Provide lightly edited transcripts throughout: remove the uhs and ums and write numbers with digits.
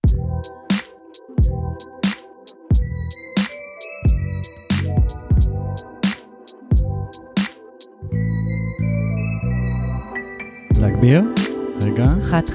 להגביר? רגע. חת.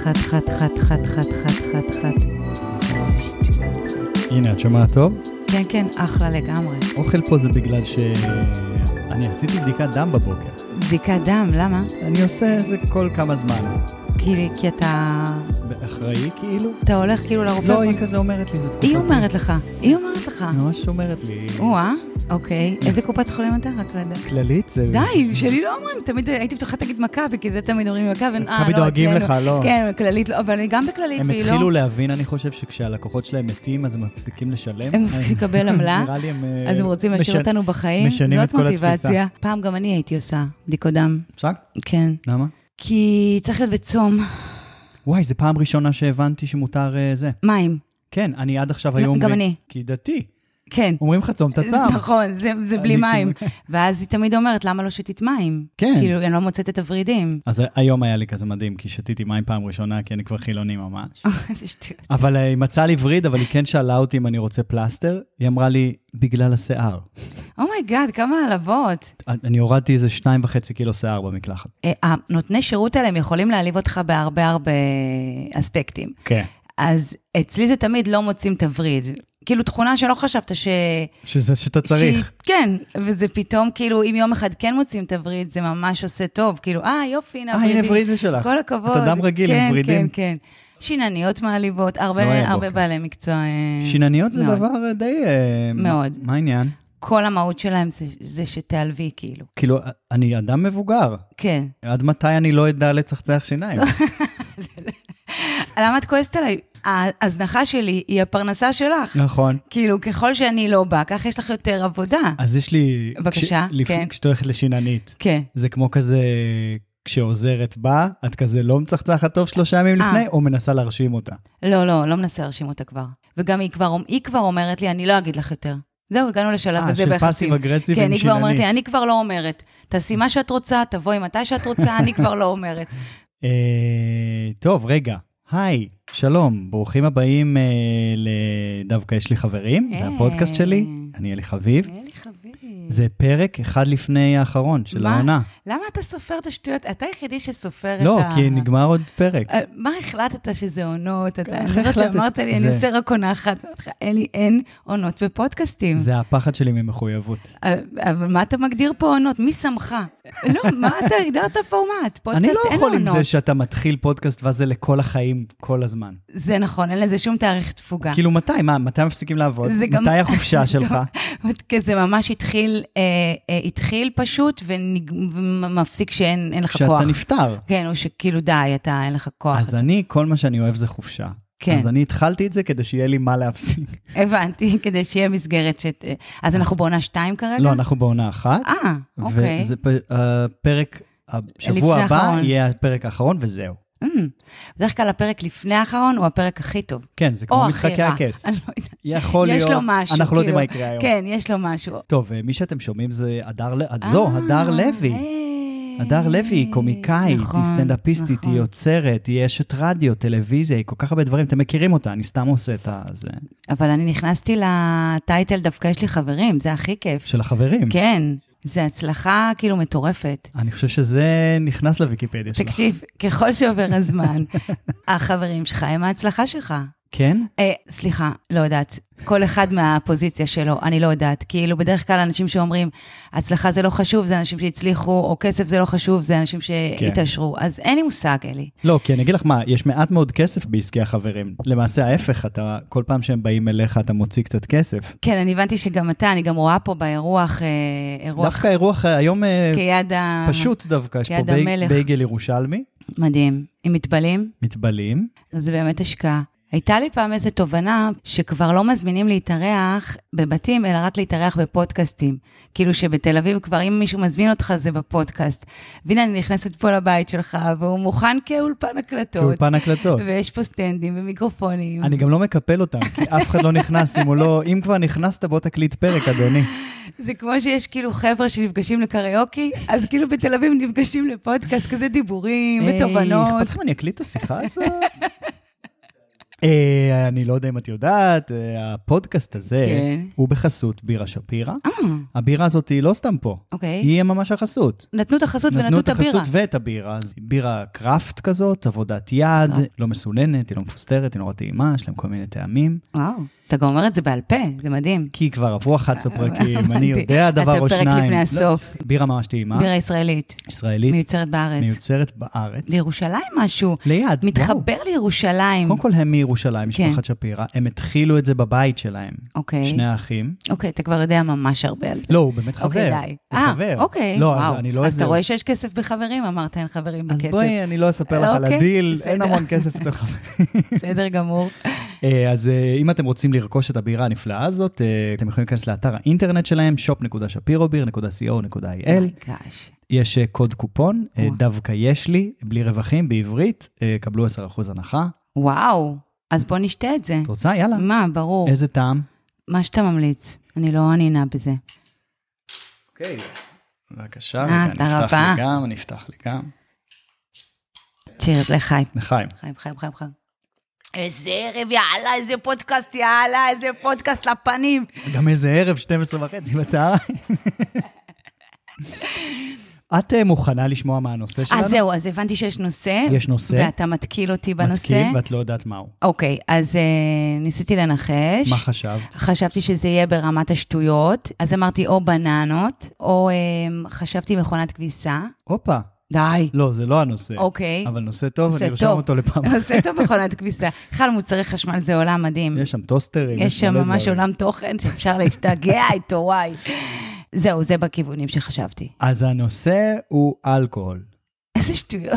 הנה, את שומעת טוב? כן, אחלה לגמרי. אוכל פה זה בגלל שאני עשיתי בדיקת דם בבוקר. בדיקת דם, למה? אני עושה זה כל כמה זמן. כי אתה... אחראי כאילו? אתה הולך כאילו לרופא? לא, היא כזה אומרת לי, זה תקופת... היא אומרת לך. היא ממש אומרת לי. אוקיי. איזה קופת חולים אתה? רק לדעת. כללית זה... די, שלי לא אומרים. תמיד הייתי בטוחה תגיד מכבי, כי זה תמיד אומרים מכבי. מכבי דואגים לך, לא. כן, כללית לא, אבל אני גם בכללית והיא לא... הם התחילו להבין, אני חושב, שכשהלקוחות שלהם מתים, אז הם מפסיקים לשלם. הם מפסיקים לקבל עמלה. נראה לי הם... אז הם רוצים להשאיר אותנו בחיים. זאת מוטיבציה. פעם גם אני הייתי עושה בדיקות דם. פסק? כן. למה? כי צריך להיות בצום. וואי, זה פעם ראשונה שהבנתי שמותר זה. מים. כן, אני עד עכשיו היום... גם אני. כי דתי. כן. אומרים לך צום את הצם. נכון, זה בלי מים. ואז היא תמיד אומרת, למה לא שתית מים? כן. כאילו, אני לא מוצאת את הוורידים. אז היום היה לי כזה מדהים, כי שתיתי מים פעם ראשונה, כי אני כבר חילוני ממש. איזה שטויות. אבל היא מצאה לי וריד, אבל היא כן שאלה אותי אם אני רוצה פלסטר. היא אמרה לי, בגלל השיער. אומייגאד, כמה העלבות. אני הורדתי איזה 2.5 קילו שיער במקלחת. נותני שירות האלה הם יכולים להעליב אותך בהרבה אספקטים. כן. אז אצלי זה תמיד לא מוצאים את הווריד. כאילו תכונה שלא חשבת שזה שאתה צריך. כן, וזה פתאום כאילו, אם יום אחד כן מוצאים את הווריד, זה ממש עושה טוב. כאילו, יופי, הנה וריד שלך. כל הכבוד. אתה אדם רגיל עם ורידים. כן. שינניות מעליבות, הרבה בעלי מקצוע. שינניות זה דבר די... מאוד. מה העניין? כל המהות שלהם זה שתעלבי, כאילו. כאילו, אני אדם מבוגר. כן. עד מתי אני לא אדע לצחצח שיניים? למה את כועסת עליי? ההזנחה שלי היא הפרנסה שלך. נכון. כאילו, ככל שאני לא באה, כך יש לך יותר עבודה. אז יש לי... בבקשה, כן. כשאת הולכת לשיננית. כן. זה כמו כזה, כשעוזרת באה, את כזה לא מצחצחת טוב 3 ימים לפני, או מנסה להרשים אותה? לא מנסה להרשים אותה כבר. וגם היא כבר אומרת לי, אני לא אגיד לך יותר. זהו, הגענו לשלב הזה ביחסים. של פאסיב אגרסיב עם שיננית. כן, היא כבר אומרת לי, אני כבר לא אומרת. תעשי מה שאת רוצה, תבואי מתי שאת רוצה, אני כבר לא אומרת. טוב, רגע. היי, שלום, ברוכים הבאים לדווקא יש לי חברים, זה הפודקאסט שלי, אני אלי חביב. אלי חביב. זה פרק אחד לפני האחרון של העונה. למה אתה סופר את השטויות? אתה היחידי שסופר את לא, כי נגמר עוד פרק. מה החלטת שזה עונות? אני חושבת שאמרת לי, אני עושה רק עונה אחת. אלי, אין עונות בפודקאסטים. זה הפחד שלי ממחויבות. אבל מה אתה מגדיר פה עונות? מי שמך? לא, מה אתה הגדרת פורמט? פודקאסט אין עונות. אני לא יכול עם זה שאתה מתחיל פודקאסט וזה לכל החיים, כל הזמן. זה נכון, אין לזה שום תאריך תפוגה. כאילו מתי? מתי מפסיקים לעבוד? מתי החופשה שלך? זה ממש התחיל פשוט ומפסיק שאין לך כוח. שאתה נפטר. כן, או שכאילו די, אין לך כוח. אז כל מה שאני אוהב זה חופשה. כן. אז אני התחלתי את זה כדי שיהיה לי מה להפסיק. הבנתי, כדי שיהיה מסגרת אז אנחנו בעונה 2 כרגע? לא, אנחנו בעונה 1. אוקיי. וזה פרק, השבוע הבא יהיה הפרק האחרון וזהו. בדרך כלל הפרק לפני האחרון הוא הפרק הכי טוב. כן, זה כמו משחקי הכס. יכול להיות, אנחנו לא יודעים מה יקרה היום. כן, יש לו משהו. טוב, מי שאתם שומעים זה הדר לוי. הדר לוי היא קומיקאית, היא סטנדאפיסטית, היא יוצרת, היא אשת רדיו, טלוויזיה, היא כל כך הרבה דברים, אתם מכירים אותה, אני סתם עושה את זה. אבל אני נכנסתי לטייטל, דווקא יש לי חברים, זה הכי כיף. של החברים? כן. זה הצלחה כאילו מטורפת. אני חושב שזה נכנס לוויקיפדיה שלך. תקשיב, ככל שעובר הזמן, החברים שלך הם ההצלחה שלך. כן? סליחה, לא יודעת. כל אחד מהפוזיציה שלו, אני לא יודעת. כאילו בדרך כלל אנשים שאומרים, הצלחה זה לא חשוב, זה אנשים שהצליחו, או כסף זה לא חשוב, זה אנשים שהתעשרו. אז אין לי מושג, אלי. לא, כי אני אגיד לך מה, יש מעט מאוד כסף בעסקי החברים. למעשה ההפך, כל פעם שהם באים אליך, אתה מוציא קצת כסף. כן, אני הבנתי שגם אני גם רואה פה באירוח, דווקא אירוח היום פשוט דווקא, יש פה בייגל ירושלמי. מדהים. עם מתבלים? מתבלים. זה באמת השקעה. הייתה לי פעם איזו תובנה שכבר לא מזמינים להתארח בבתים, אלא רק להתארח בפודקאסטים. כאילו שבתל אביב כבר אם מישהו מזמין אותך זה בפודקאסט. והנה אני נכנסת פה לבית שלך, והוא מוכן כאולפן הקלטות. כאולפן הקלטות. ויש פה סטנדים ומיקרופונים. אני גם לא מקפל אותם, כי אף אחד לא נכנס, אם כבר נכנסת בוא תקליט פרק, אדוני. זה כמו שיש כאילו חבר'ה שנפגשים לקריוקי, אז כאילו בתל אביב נפגשים לפודקאסט, כזה דיבורים ותובנות. אכפת לכם אני אקליט את השיחה הזאת? אני לא יודע אם את יודעת, הפודקאסט הזה הוא בחסות בירה שפירא. הבירה הזאת היא לא סתם פה. היא ממש החסות. נתנו את החסות ונתנו את הבירה. נתנו את החסות ואת הבירה. אז בירה קראפט כזאת, עבודת יד, לא מסוננת, היא לא מפוסטרת, היא נורא טעימה, יש להם כל מיני טעמים. וואו, אתה גם אומר את זה בעל פה, זה מדהים. כי כבר עברו 11 פרקים, אני יודע דבר או שניים. אתה פרק לפני הסוף. בירה ממש טעימה. בירה ישראלית. ישראלית. מיוצרת בארץ. מיוצרת בארץ. לירושלים משהו. ליד. מתחבר לירושלים. קודם כל הם מירושלים, משפחת שפירא. הם התחילו את זה בבית שלהם. אוקיי. שני האחים. אוקיי, אתה כבר יודע ממש הרבה על זה. לא, הוא באמת חבר. אוקיי, די. הוא חבר. אוקיי, וואו. אז אתה רואה שיש כסף בחברים? אמרת, אין חברים בכסף. אז בואי, אני לא אספר לך על הדיל, אין המון כסף אצל חברים. בסדר גמור. אז אם אתם רוצים לרכוש את הבירה הנפלאה הזאת, אתם יכולים להיכנס לאתר האינטרנט שלהם, shop.shapirobir.co.il. יש קוד קופון, דווקא יש לי, בלי רווחים, בעברית, קבלו 10% הנחה. וואו, אז בוא נשתה את זה. את רוצה? יאללה. מה, ברור. איזה טעם? מה שאתה ממליץ, אני לא ענינה בזה. אוקיי, בבקשה, אני אפתח לי גם. צ'ירס, לחיים. לחיים. חיים. איזה ערב, יאללה, איזה פודקאסט, יאללה, איזה פודקאסט לפנים. גם איזה ערב, 12:30 בצהריים. את מוכנה לשמוע מה הנושא שלנו? אז זהו, אז הבנתי שיש נושא. יש נושא. ואתה מתקיל אותי בנושא. מתקיל, ואת לא יודעת מהו. אוקיי, אז ניסיתי לנחש. מה חשבת? חשבתי שזה יהיה ברמת השטויות, אז אמרתי או בננות, או חשבתי מכונת כביסה. הופה. די. לא, זה לא הנושא. אוקיי. אבל נושא טוב, אני ארשום אותו לפעם. נושא טוב מכונת כביסה. בכלל מוצרי חשמל זה עולם מדהים. יש שם טוסטרים. יש שם ממש עולם תוכן שאפשר להשתגע איתו, וואי. זהו, זה בכיוונים שחשבתי. אז הנושא הוא אלכוהול. איזה שטויות.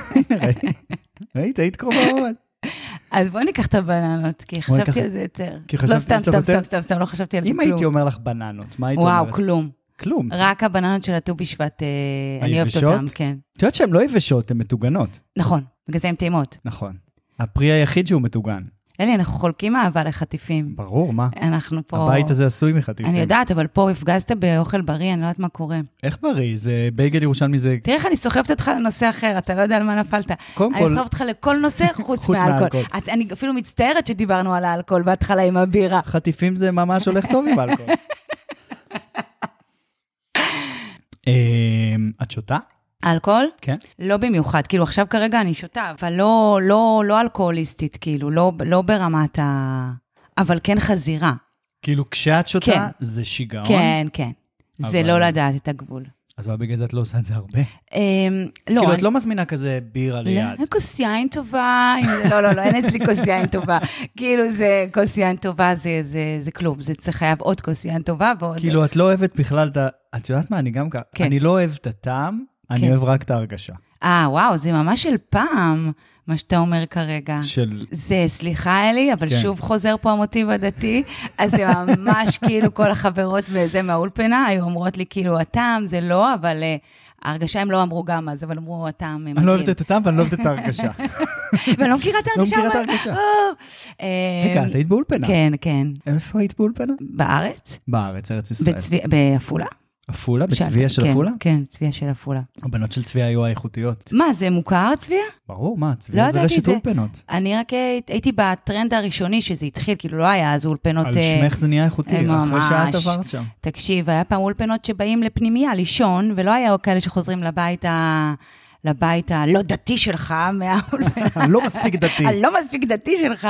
היית קרובה מאוד. אז בואי ניקח את הבננות, כי חשבתי על זה יותר. לא, סתם, לא חשבתי על זה כלום. אם הייתי אומר לך בננות, מה היית אומרת? וואו, כלום. כלום. רק הבננות של הט"ו בשבט, אני אוהבת אותם, כן. את יודעת שהן לא יבשות, הן מטוגנות. נכון, בגלל זה הן טעימות. נכון. הפרי היחיד שהוא מטוגן. אלי, אנחנו חולקים אהבה לחטיפים. ברור, מה? אנחנו פה... הבית הזה עשוי מחטיפים. אני יודעת, אבל פה הפגזת באוכל בריא, אני לא יודעת מה קורה. איך בריא? זה בייגל ירושלמי זה... תראה איך אני סוחבת אותך לנושא אחר, אתה לא יודע על מה נפלת. קודם כל... אני סוחבת אותך לכל נושא חוץ מאלכוהול. אני אפילו מצטערת שדיברנו על האלכוהול בהתחלה עם הבירה. חטיפים זה ממש הולך טוב עם אלכוהול. את שותה? אלכוהול? כן. לא במיוחד, כאילו עכשיו כרגע אני שותה, אבל לא אלכוהוליסטית, כאילו, לא ברמת אבל כן חזירה. כאילו כשאת שותה זה שיגעון? כן, כן. זה לא לדעת את הגבול. אז מה בגלל זה את לא עושה את זה הרבה? לא. כאילו את לא מזמינה כזה בירה ליד. לא, כוס יין טובה. לא, אין אצלי כוס יין טובה. כאילו זה כוס יין טובה, זה כלום. זה צריך חייב עוד כוס יין טובה ועוד... כאילו את לא אוהבת בכלל את יודעת מה, אני גם ככה. אני לא אוהב את הטעם, אני אוהב רק את ההרגשה. וואו, זה ממש של פעם, מה שאתה אומר כרגע. זה, סליחה אלי, אבל שוב חוזר פה המוטיב הדתי, אז זה ממש כאילו כל החברות וזה מהאולפנה, היו אומרות לי כאילו, הטעם זה לא, אבל ההרגשה הם לא אמרו גם אז, אבל אמרו הטעם מגיל. אני לא אוהבת את הטעם ואני לא אוהבת את ההרגשה. ואני לא מכירה את ההרגשה. לא מכירה את ההרגשה. רגע, את היית באולפנה? כן, כן. איפה היית באולפנה? בארץ. בארץ, ארץ ישראל. באפולה. אפולה? בצביה של אפולה? כן, צביה של אפולה. הבנות של צביה היו האיכותיות. מה, זה מוכר צביה? ברור, מה, צביה זה רשת אולפנות. אני רק הייתי בטרנד הראשוני שזה התחיל, כאילו לא היה אז אולפנות... על שמך זה נהיה איכותי, אחרי שאת עברת שם. תקשיב, היה פעם אולפנות שבאים לפנימיה, לישון, ולא היה כאלה שחוזרים לבית הלא דתי שלך, לא מספיק דתי. הלא מספיק דתי שלך,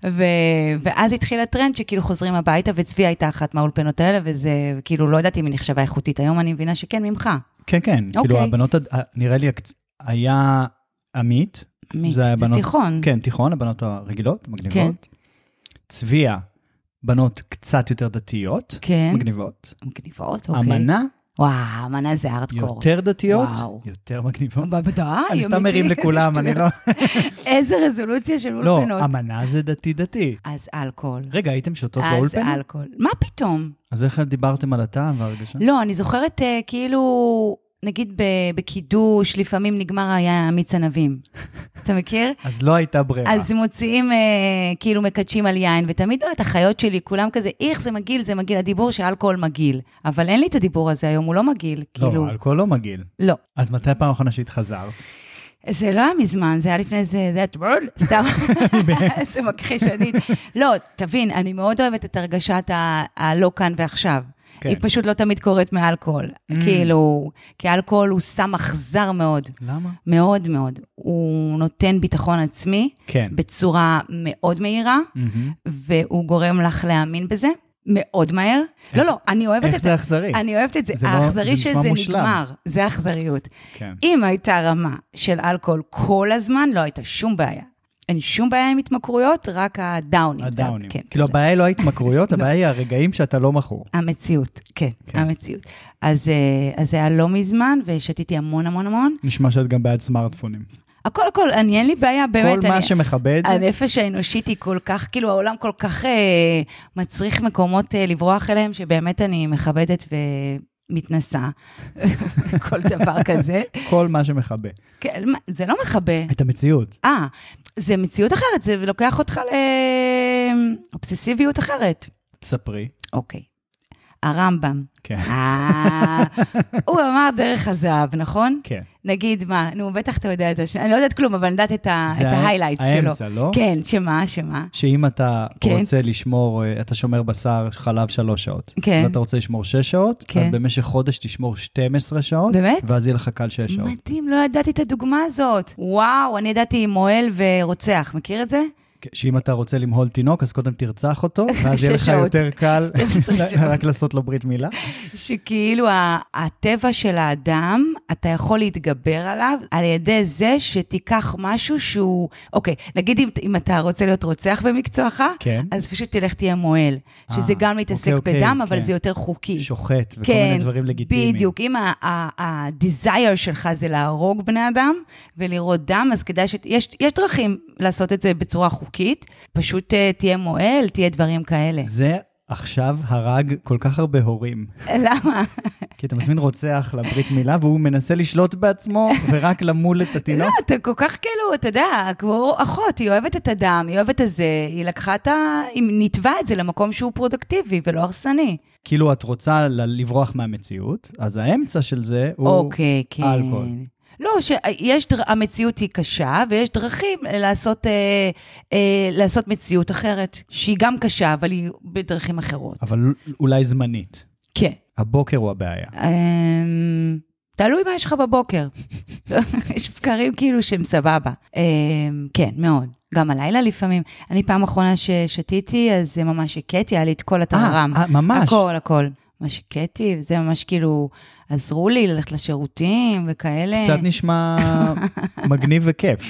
ואז התחיל הטרנד שכאילו חוזרים הביתה, וצביה הייתה אחת מהאולפנות האלה, וזה כאילו לא ידעתי אם היא נחשבה איכותית, היום אני מבינה שכן ממך. כן, כן, כאילו הבנות, נראה לי היה עמית. זה תיכון. כן, תיכון, הבנות הרגילות, מגניבות. צביה, בנות קצת יותר דתיות, מגניבות. מגניבות, אוקיי. אמנה, וואו, מנה זה ארטקור. יותר דתיות, יותר מגניבות. בוודאי. אני סתם מרים לכולם, אני לא... איזה רזולוציה של אולפנות. לא, המנה זה דתי. אז אלכוהול. רגע, הייתם שותות באולפנה? אז אלכוהול. מה פתאום? אז איך דיברתם על הטעם והרגשה? לא, אני זוכרת כאילו, נגיד בקידוש, לפעמים נגמר היה מיץ ענבים. אתה מכיר? אז לא הייתה ברירה. אז מוציאים, כאילו מקדשים על יין, ותמיד לא את החיות שלי, כולם כזה, איך זה מגיל, הדיבור שאלכוהול מגיל. אבל אין לי את הדיבור הזה היום, הוא לא מגיל. לא, אלכוהול לא מגיל. לא. אז מתי פעם אחרונה שהתחזרת? זה לא היה מזמן, זה היה לפני זה היה סתם, זה מכחישנית. לא, תבין, אני מאוד אוהבת את הרגשת הלא כאן ועכשיו. היא פשוט לא תמיד קורית מאלכוהול. כאילו, כי אלכוהול הוא סם אכזר מאוד. למה? מאוד מאוד. הוא נותן ביטחון עצמי, בצורה מאוד מהירה, והוא גורם לך להאמין בזה. מאוד מהר. לא, אני אוהבת את זה. איך זה אכזרי? אני אוהבת את זה. האכזרי שזה נגמר. זה אכזריות. אם הייתה רמה של אלכוהול כל הזמן, לא הייתה שום בעיה. אין שום בעיה עם התמכרויות, רק הדאונים. הדאונים. כאילו הבעיה היא לא ההתמכרויות, הבעיה היא הרגעים שאתה לא מכור. המציאות, כן, המציאות. אז זה היה לא מזמן, ושתיתי המון המון המון. נשמע שאת גם בעד סמארטפונים. הכל, אין לי בעיה, באמת. כל מה שמכבד. הנפש האנושית היא כל כך, כאילו העולם כל כך מצריך מקומות לברוח אליהם, שבאמת אני מכבדת ומתנסה, כל דבר כזה. כל מה שמכבה. כן, זה לא מכבה. את המציאות. זה מציאות אחרת, זה לוקח אותך לאובססיביות אחרת. תספרי. אוקיי. הרמב"ם. כן. הוא אמר דרך הזהב, נכון? כן. נגיד מה, נו, בטח אתה יודע את זה, אני לא יודעת כלום, אבל אני יודעת את ההיילייטס שלו. האמצע, לא? כן, שמה? שאם אתה רוצה לשמור, אתה שומר בשר חלב 3 שעות. כן. ואתה רוצה לשמור 6 שעות, אז במשך חודש תשמור 12 שעות. באמת? ואז יהיה לך קל 6 שעות. מדהים, לא ידעתי את הדוגמה הזאת. וואו, אני ידעתי מוהל ורוצח, מכיר את זה? שאם אתה רוצה למהול תינוק, אז קודם תרצח אותו, ואז יהיה לך יותר קל רק לעשות לו ברית מילה. שכאילו הטבע של האדם, אתה יכול להתגבר עליו, על ידי זה שתיקח משהו שהוא, אוקיי, נגיד אם אתה רוצה להיות רוצח במקצועך, אז פשוט תלך תהיה מוהל, שזה גם להתעסק בדם, אבל זה יותר חוקי. שוחט וכל מיני דברים לגיטימיים. בדיוק, אם ה-desire שלך זה להרוג בני אדם, ולראות דם, אז כדאי יש דרכים לעשות את זה בצורה חוקית, פשוט תהיה מועל, תהיה דברים כאלה. זה עכשיו הרג כל כך הרבה הורים. למה? כי אתה מזמין רוצח לברית מילה, והוא מנסה לשלוט בעצמו, ורק למול את התינוק. לא, אתה כל כך כאילו, אתה יודע, כמו אחות, היא אוהבת את הדם, היא אוהבת את זה, היא לקחה היא נתבע את זה למקום שהוא פרודוקטיבי, ולא הרסני. כאילו את רוצה לברוח מהמציאות, אז האמצע של זה הוא אלכוהול. לא, המציאות היא קשה, ויש דרכים לעשות מציאות אחרת, שהיא גם קשה, אבל היא בדרכים אחרות. אבל אולי זמנית. כן. הבוקר הוא הבעיה. תלוי מה יש לך בבוקר. יש בקרים כאילו שהם סבבה. כן, מאוד. גם הלילה לפעמים. אני פעם אחרונה ששתיתי, אז זה ממש הקטי, היה לי את כל הטהרם. ממש? הכל. ממש הקטי, וזה ממש כאילו, עזרו לי ללכת לשירותים וכאלה. קצת נשמע מגניב וכיף.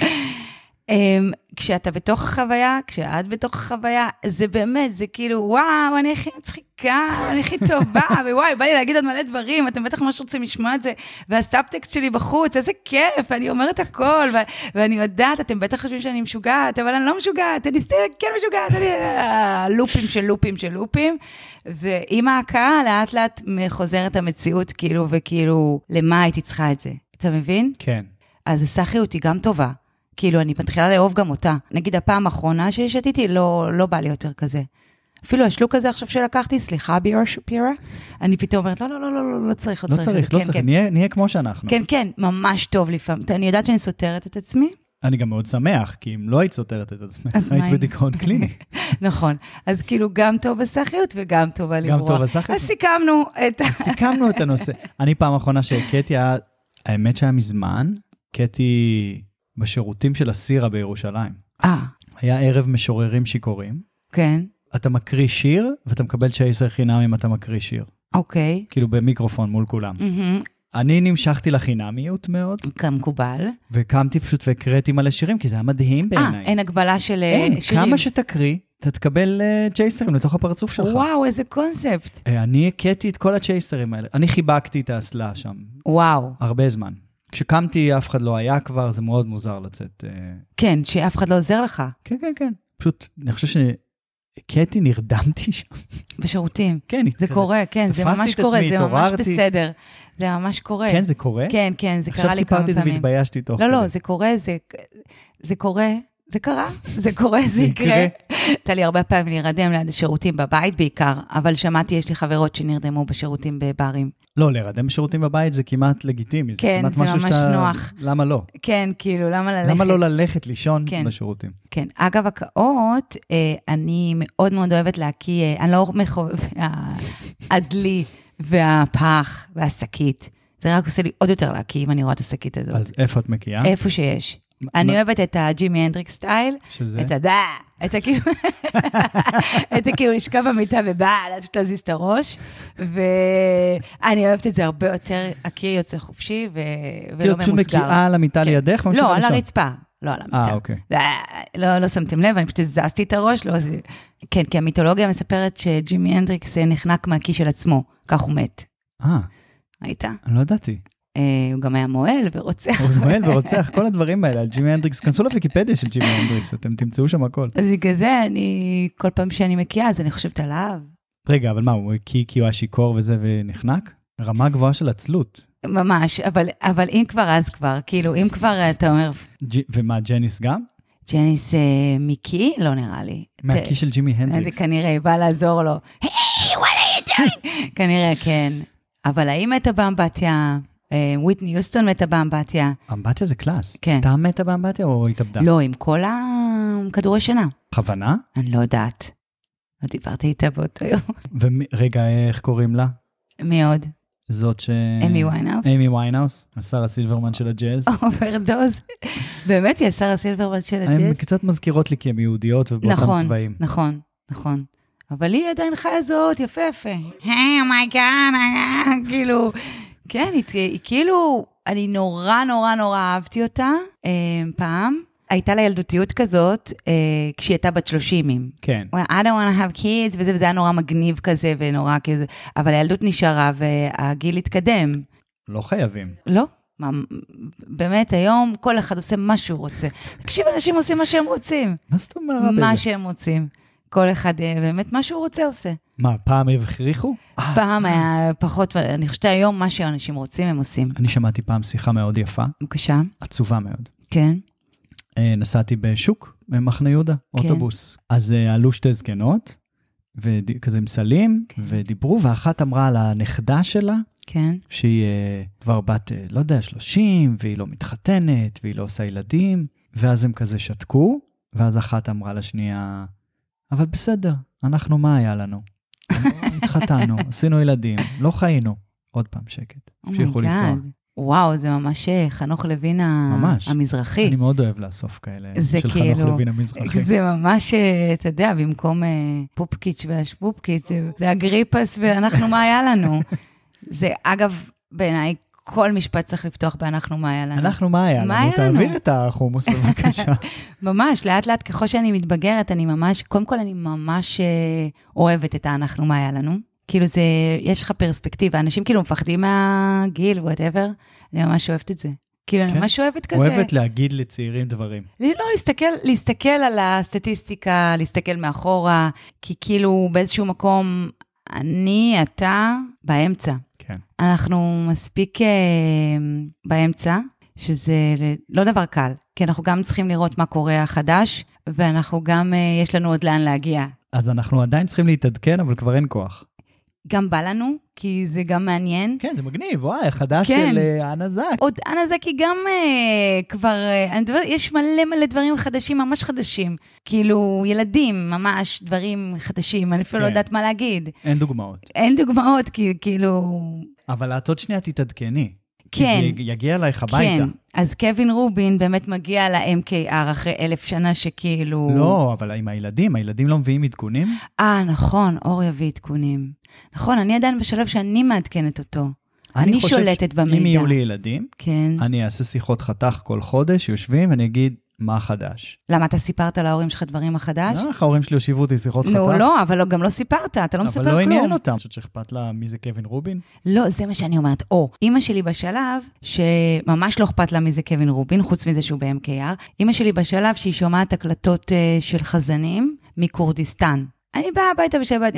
כשאתה בתוך החוויה, כשאת בתוך החוויה, זה באמת, זה כאילו, וואו, אני הכי מצחיקה, אני הכי טובה, ווואי, בא לי להגיד עוד מלא דברים, אתם בטח ממש רוצים לשמוע את זה, והסאבטקסט שלי בחוץ, איזה כיף, אני אומרת הכל, ואני יודעת, אתם בטח חושבים שאני משוגעת, אבל אני לא משוגעת, אני כן משוגעת, לופים של לופים, ועם ההכרה, לאט לאט חוזרת המציאות, כאילו, וכאילו, למה הייתי צריכה את זה? אתה מבין? כן. אז הסחיות היא גם טובה. כאילו, אני מתחילה לאהוב גם אותה. נגיד, הפעם האחרונה ששתיתי, לא בא לי יותר כזה. אפילו השלוק הזה עכשיו שלקחתי, סליחה, בירה שפירה, אני פתאום אומרת, לא צריך. לא צריך, נהיה כמו שאנחנו. כן, ממש טוב לפעמים. אני יודעת שאני סותרת את עצמי. אני גם מאוד שמח, כי אם לא היית סותרת את עצמך, היית בדיכאון קליני. נכון. אז כאילו, גם טוב הסחיות וגם טוב הלברוח. גם טוב הסחיות. אז סיכמנו את הנושא. אני פעם האחרונה שהקטי, האמת שהיה מזמן, קטי בשירותים של הסירה בירושלים. היה ערב משוררים שיכורים. כן. אתה מקריא שיר, ואתה מקבל צ'ייסר חינם אם אתה מקריא שיר. אוקיי. כאילו במיקרופון מול כולם. אני נמשכתי לחינמיות מאוד. כמקובל. וקמתי פשוט והקראתי מלא שירים, כי זה היה מדהים בעיניי. אין הגבלה של שירים. כמה שתקריא, אתה תקבל צ'ייסרים לתוך הפרצוף שלך. וואו, איזה קונספט. אני הקראתי את כל הצ'ייסרים האלה. אני חיבקתי את האסלה שם. וואו. הרבה זמן. כשקמתי, אף אחד לא היה כבר, זה מאוד מוזר לצאת. כן, שאף אחד לא עוזר לך. כן. פשוט, אני חושב שקטי נרדמתי שם. בשירותים. כן. זה קורה, כן, זה ממש קורה, זה ממש בסדר. זה ממש קורה. כן, זה קורה? כן, זה קרה לי כמה פעמים. עכשיו סיפרתי זה והתביישתי תוך כדי. לא, זה קורה, זה קרה, זה קורה, זה יקרה. הייתה לי הרבה פעמים להירדם ליד השירותים בבית בעיקר, אבל שמעתי, יש לי חברות שנרדמו בשירותים בברים. לא, להירדם בשירותים בבית זה כמעט לגיטימי. כן, זה ממש נוח. למה לא? כן, כאילו, למה ללכת? למה לא ללכת לישון בשירותים? כן, אגב, הקאות, אני מאוד מאוד אוהבת להקיא, אני לא מחובב הדלי והפח והשקית. זה רק עושה לי עוד יותר להקיא אם אני רואה את השקית הזאת. אז איפה את מקיאה? איפה שיש. אני אוהבת את הג'ימי הנדריק סטייל. שזה? את כאילו לשכב במיטה פשוט להזיז את הראש, ואני אוהבת את זה הרבה יותר, הקיר יוצא חופשי ולא ממוסגר. כאילו פשוט מקיאה על המיטה לידך? לא, על הרצפה. לא על המיטה. אוקיי. לא שמתם לב, אני פשוט זזתי את הראש. כן, כי המיתולוגיה מספרת שג'ימי הנדריקס נחנק מהקיא של עצמו, כך הוא מת. היית? אני לא ידעתי. הוא גם היה מועל ורוצח. הוא מועל ורוצח, כל הדברים האלה, על ג'ימי הנדריקס, כנסו לוויקיפדיה של ג'ימי הנדריקס, אתם תמצאו שם הכל. אז בגלל זה, כל פעם שאני מקיאה, אז אני חושבת עליו. רגע, אבל מה, הוא הקיא כי הוא היה שיקור וזה ונחנק? רמה גבוהה של עצלות. ממש, אבל אם כבר, אז כבר, כאילו, אם כבר אתה אומר... ומה, ג'ניס גם? ג'ניס מקיא? לא נראה לי. מהקיא של ג'ימי הנדריקס. זה כנראה, בא לעזור לו. היי, what are you doing? כנראה, כן. אבל האם מתה באמבטיה? וויטני יוסטון מתה באמבטיה. אמבטיה זה קלאס. סתם מתה באמבטיה או התאבדה? לא, עם כל הכדורי שינה. בכוונה? אני לא יודעת. לא דיברתי איתה באותו יום. ורגע, איך קוראים לה? מי עוד? זאת ש... אמי ויינהאוס. אמי ויינהאוס, השרה סילברמן של הג'אז. אוברדוז. באמת היא השרה סילברמן של הג'אז? הן קצת מזכירות לי כי הן יהודיות ובאותם צבעים. נכון. אבל היא עדיין חיה זאת, יפה. היי, אומייגאד, כאילו... כן, היא כאילו, אני נורא אהבתי אותה פעם. הייתה לה ילדותיות כזאת, כשהיא הייתה בת 30. כן. I don't want to have kids, וזה היה נורא מגניב כזה, ונורא כזה, אבל הילדות נשארה, והגיל התקדם. לא חייבים. לא, באמת, היום כל אחד עושה מה שהוא רוצה. תקשיב, אנשים עושים מה שהם רוצים. מה זאת אומרת? מה שהם רוצים. כל אחד באמת מה שהוא רוצה עושה. מה, פעם הבחיריכו? פעם היה פחות, אני חושבת היום מה שאנשים רוצים הם עושים. אני שמעתי פעם שיחה מאוד יפה. בבקשה. עצובה מאוד. כן. נסעתי בשוק, במחנה יהודה, אוטובוס. אז עלו שתי זקנות, וכזה מסלים, ודיברו, ואחת אמרה על הנכדה שלה, שהיא כבר בת, לא יודע, 30, והיא לא מתחתנת, והיא לא עושה ילדים, ואז הם כזה שתקו, ואז אחת אמרה לשנייה, אבל בסדר, אנחנו מה היה לנו? התחתנו, עשינו ילדים, לא חיינו. עוד פעם שקט, שיכול לנסוע. וואו, זה ממש חנוך לוין המזרחי. אני מאוד אוהב לאסוף כאלה של כאילו, חנוך לוין המזרחי. זה ממש, אתה יודע, במקום פופקיץ' והשפופקיץ', זה הגריפס ואנחנו מה היה לנו. זה אגב, בעיניי, כל משפט צריך לפתוח באנחנו מה היה לנו. אנחנו מה היה לנו? תעביר את החומוס בבקשה. ממש, לאט לאט ככל שאני מתבגרת, אני ממש, קודם כל אני ממש אוהבת את האנחנו מה היה לנו. כאילו זה, יש לך פרספקטיבה, אנשים כאילו מפחדים מהגיל, whatever, אני ממש אוהבת את זה. כאילו אני ממש אוהבת כזה. אוהבת להגיד לצעירים דברים. לא, להסתכל על הסטטיסטיקה, להסתכל מאחורה, כי כאילו באיזשהו מקום, אתה, באמצע. כן. אנחנו מספיק באמצע, שזה לא דבר קל, כי אנחנו גם צריכים לראות מה קורה החדש, ואנחנו גם, יש לנו עוד לאן להגיע. אז אנחנו עדיין צריכים להתעדכן, אבל כבר אין כוח. גם בא לנו, כי זה גם מעניין. כן, זה מגניב, וואי, החדש של אנה זק. עוד אנה זק היא גם כבר, יש מלא דברים חדשים, ממש חדשים. כאילו, ילדים, ממש דברים חדשים, אני אפילו לא יודעת מה להגיד. אין דוגמאות. אין דוגמאות, כי כאילו... אבל את עוד שנייה תתעדכני. כן. כי זה יגיע אלייך הביתה. כן, אז קווין רובין באמת מגיע ל-MKR אחרי 1000 שנה שכאילו... לא, אבל עם הילדים לא מביאים עדכונים? נכון, אור יביא עדכונים. נכון, אני עדיין בשלב שאני מעדכנת אותו. אני שולטת במידע. אם יהיו לי ילדים, כן. אני אעשה שיחות חתך כל חודש, יושבים ואני אגיד מה חדש. למה אתה סיפרת להורים שלך דברים החדש? לא, ההורים שלי הושיבו אותי שיחות חתך. לא, אבל גם לא סיפרת, אתה לא מספר כלום. אבל לא עניין אותם. חושבת שאכפת לה מי זה קווין רובין? לא, זה מה שאני אומרת. אמא שלי בשלב שממש לא אכפת לה מי זה קווין רובין, חוץ מזה שהוא ב-MKR. אמא שלי בשלב שהיא שומעת הקלטות של חזנים מכורדיסטן. אני באה הביתה בשבת,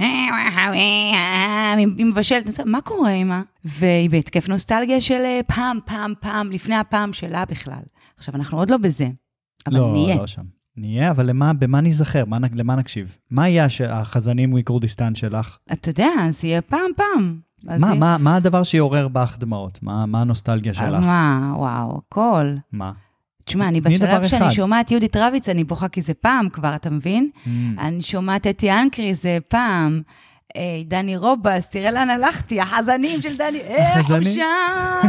היא מבשלת, מה קורה אמא? והיא בהתקף נוסטלגיה של פעם, לפני הפעם שלה בכלל. עכשיו, אנחנו עוד לא בזה. אבל נהיה. לא שם. נהיה, אבל במה נזכר? למה נקשיב? מה היה החזנים מכורדיסטן שלך? אתה יודע, זה יהיה פעם. מה הדבר שיעורר בך דמעות? מה הנוסטלגיה שלך? וואו, הכל. מה? תשמע, אני בשלב שאני שומעת יהודית רביץ, אני בוכה כי זה פעם כבר, אתה מבין? אני שומעת אתי אנקרי, זה פעם. דני רובס, תראה לאן הלכתי, החזנים של דני, איך הוא שר?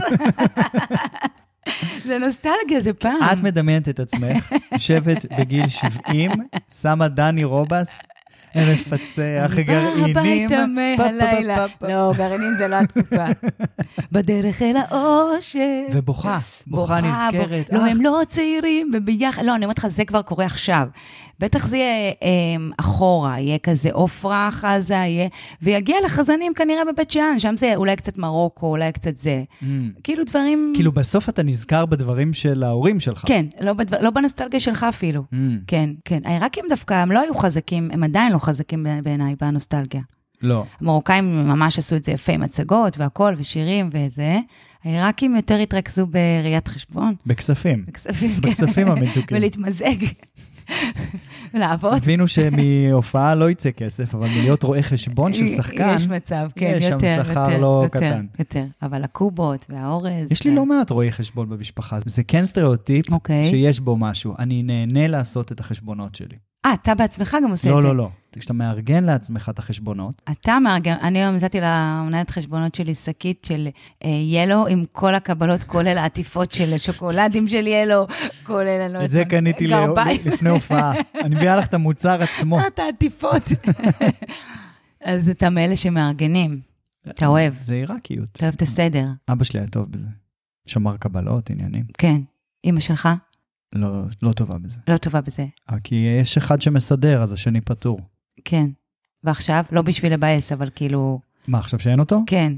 זה נוסטלגיה, זה פעם. את מדמיינת את עצמך, יושבת בגיל 70, שמה דני רובס, מפצח גרעינים. הביתה מהלילה. לא, גרעינים זה לא התקופה. בדרך אל האושר. ובוכה נזכרת. לא, הם לא צעירים, וביחד, לא, אני אומרת לך, זה כבר קורה עכשיו. בטח זה יהיה אחורה, יהיה כזה אופרה חזה, ויגיע לחזנים כנראה בבית שאן, שם זה אולי קצת מרוקו, אולי קצת זה. כאילו דברים... כאילו בסוף אתה נזכר בדברים של ההורים שלך. כן, לא בנוסטלגיה שלך אפילו. כן. העיראקים דווקא, הם לא היו חזקים, הם עדיין לא חזקים בעיניי בנוסטלגיה. לא. המרוקאים ממש עשו את זה יפה, מצגות והכל, ושירים וזה. העיראקים יותר התרכזו בראיית חשבון. בכספים. בכספים המתוקים. ולהתמזג. ולעבוד. הבינו שמהופעה לא יצא כסף, אבל מלהיות רואה חשבון של שחקן, יש מצב, כן, יותר. יש שם שכר לא קטן. יותר, אבל הקובות והאורז. יש לי לא מעט רואי חשבון במשפחה. זה כן סטריאוטיפ שיש בו משהו. אני נהנה לעשות את החשבונות שלי. אתה בעצמך גם עושה את זה. לא. כשאתה מארגן לעצמך את החשבונות. אתה מארגן, אני היום נתתי למנהלת חשבונות שלי שקית של ילו, עם כל הקבלות, כולל העטיפות של שוקולדים של ילו, כולל... את זה קניתי לפני הופעה. אני מביאה לך את המוצר עצמו. את העטיפות. אז אתה מאלה שמארגנים. אתה אוהב. זה עיראקיות. אתה אוהב את הסדר. אבא שלי היה טוב בזה. שמר קבלות, עניינים. כן. אמא שלך? לא טובה בזה. לא טובה בזה. כי יש אחד שמסדר, אז השני פטור. כן. ועכשיו? לא בשביל לבאס, אבל כאילו... מה, עכשיו שאין אותו? כן.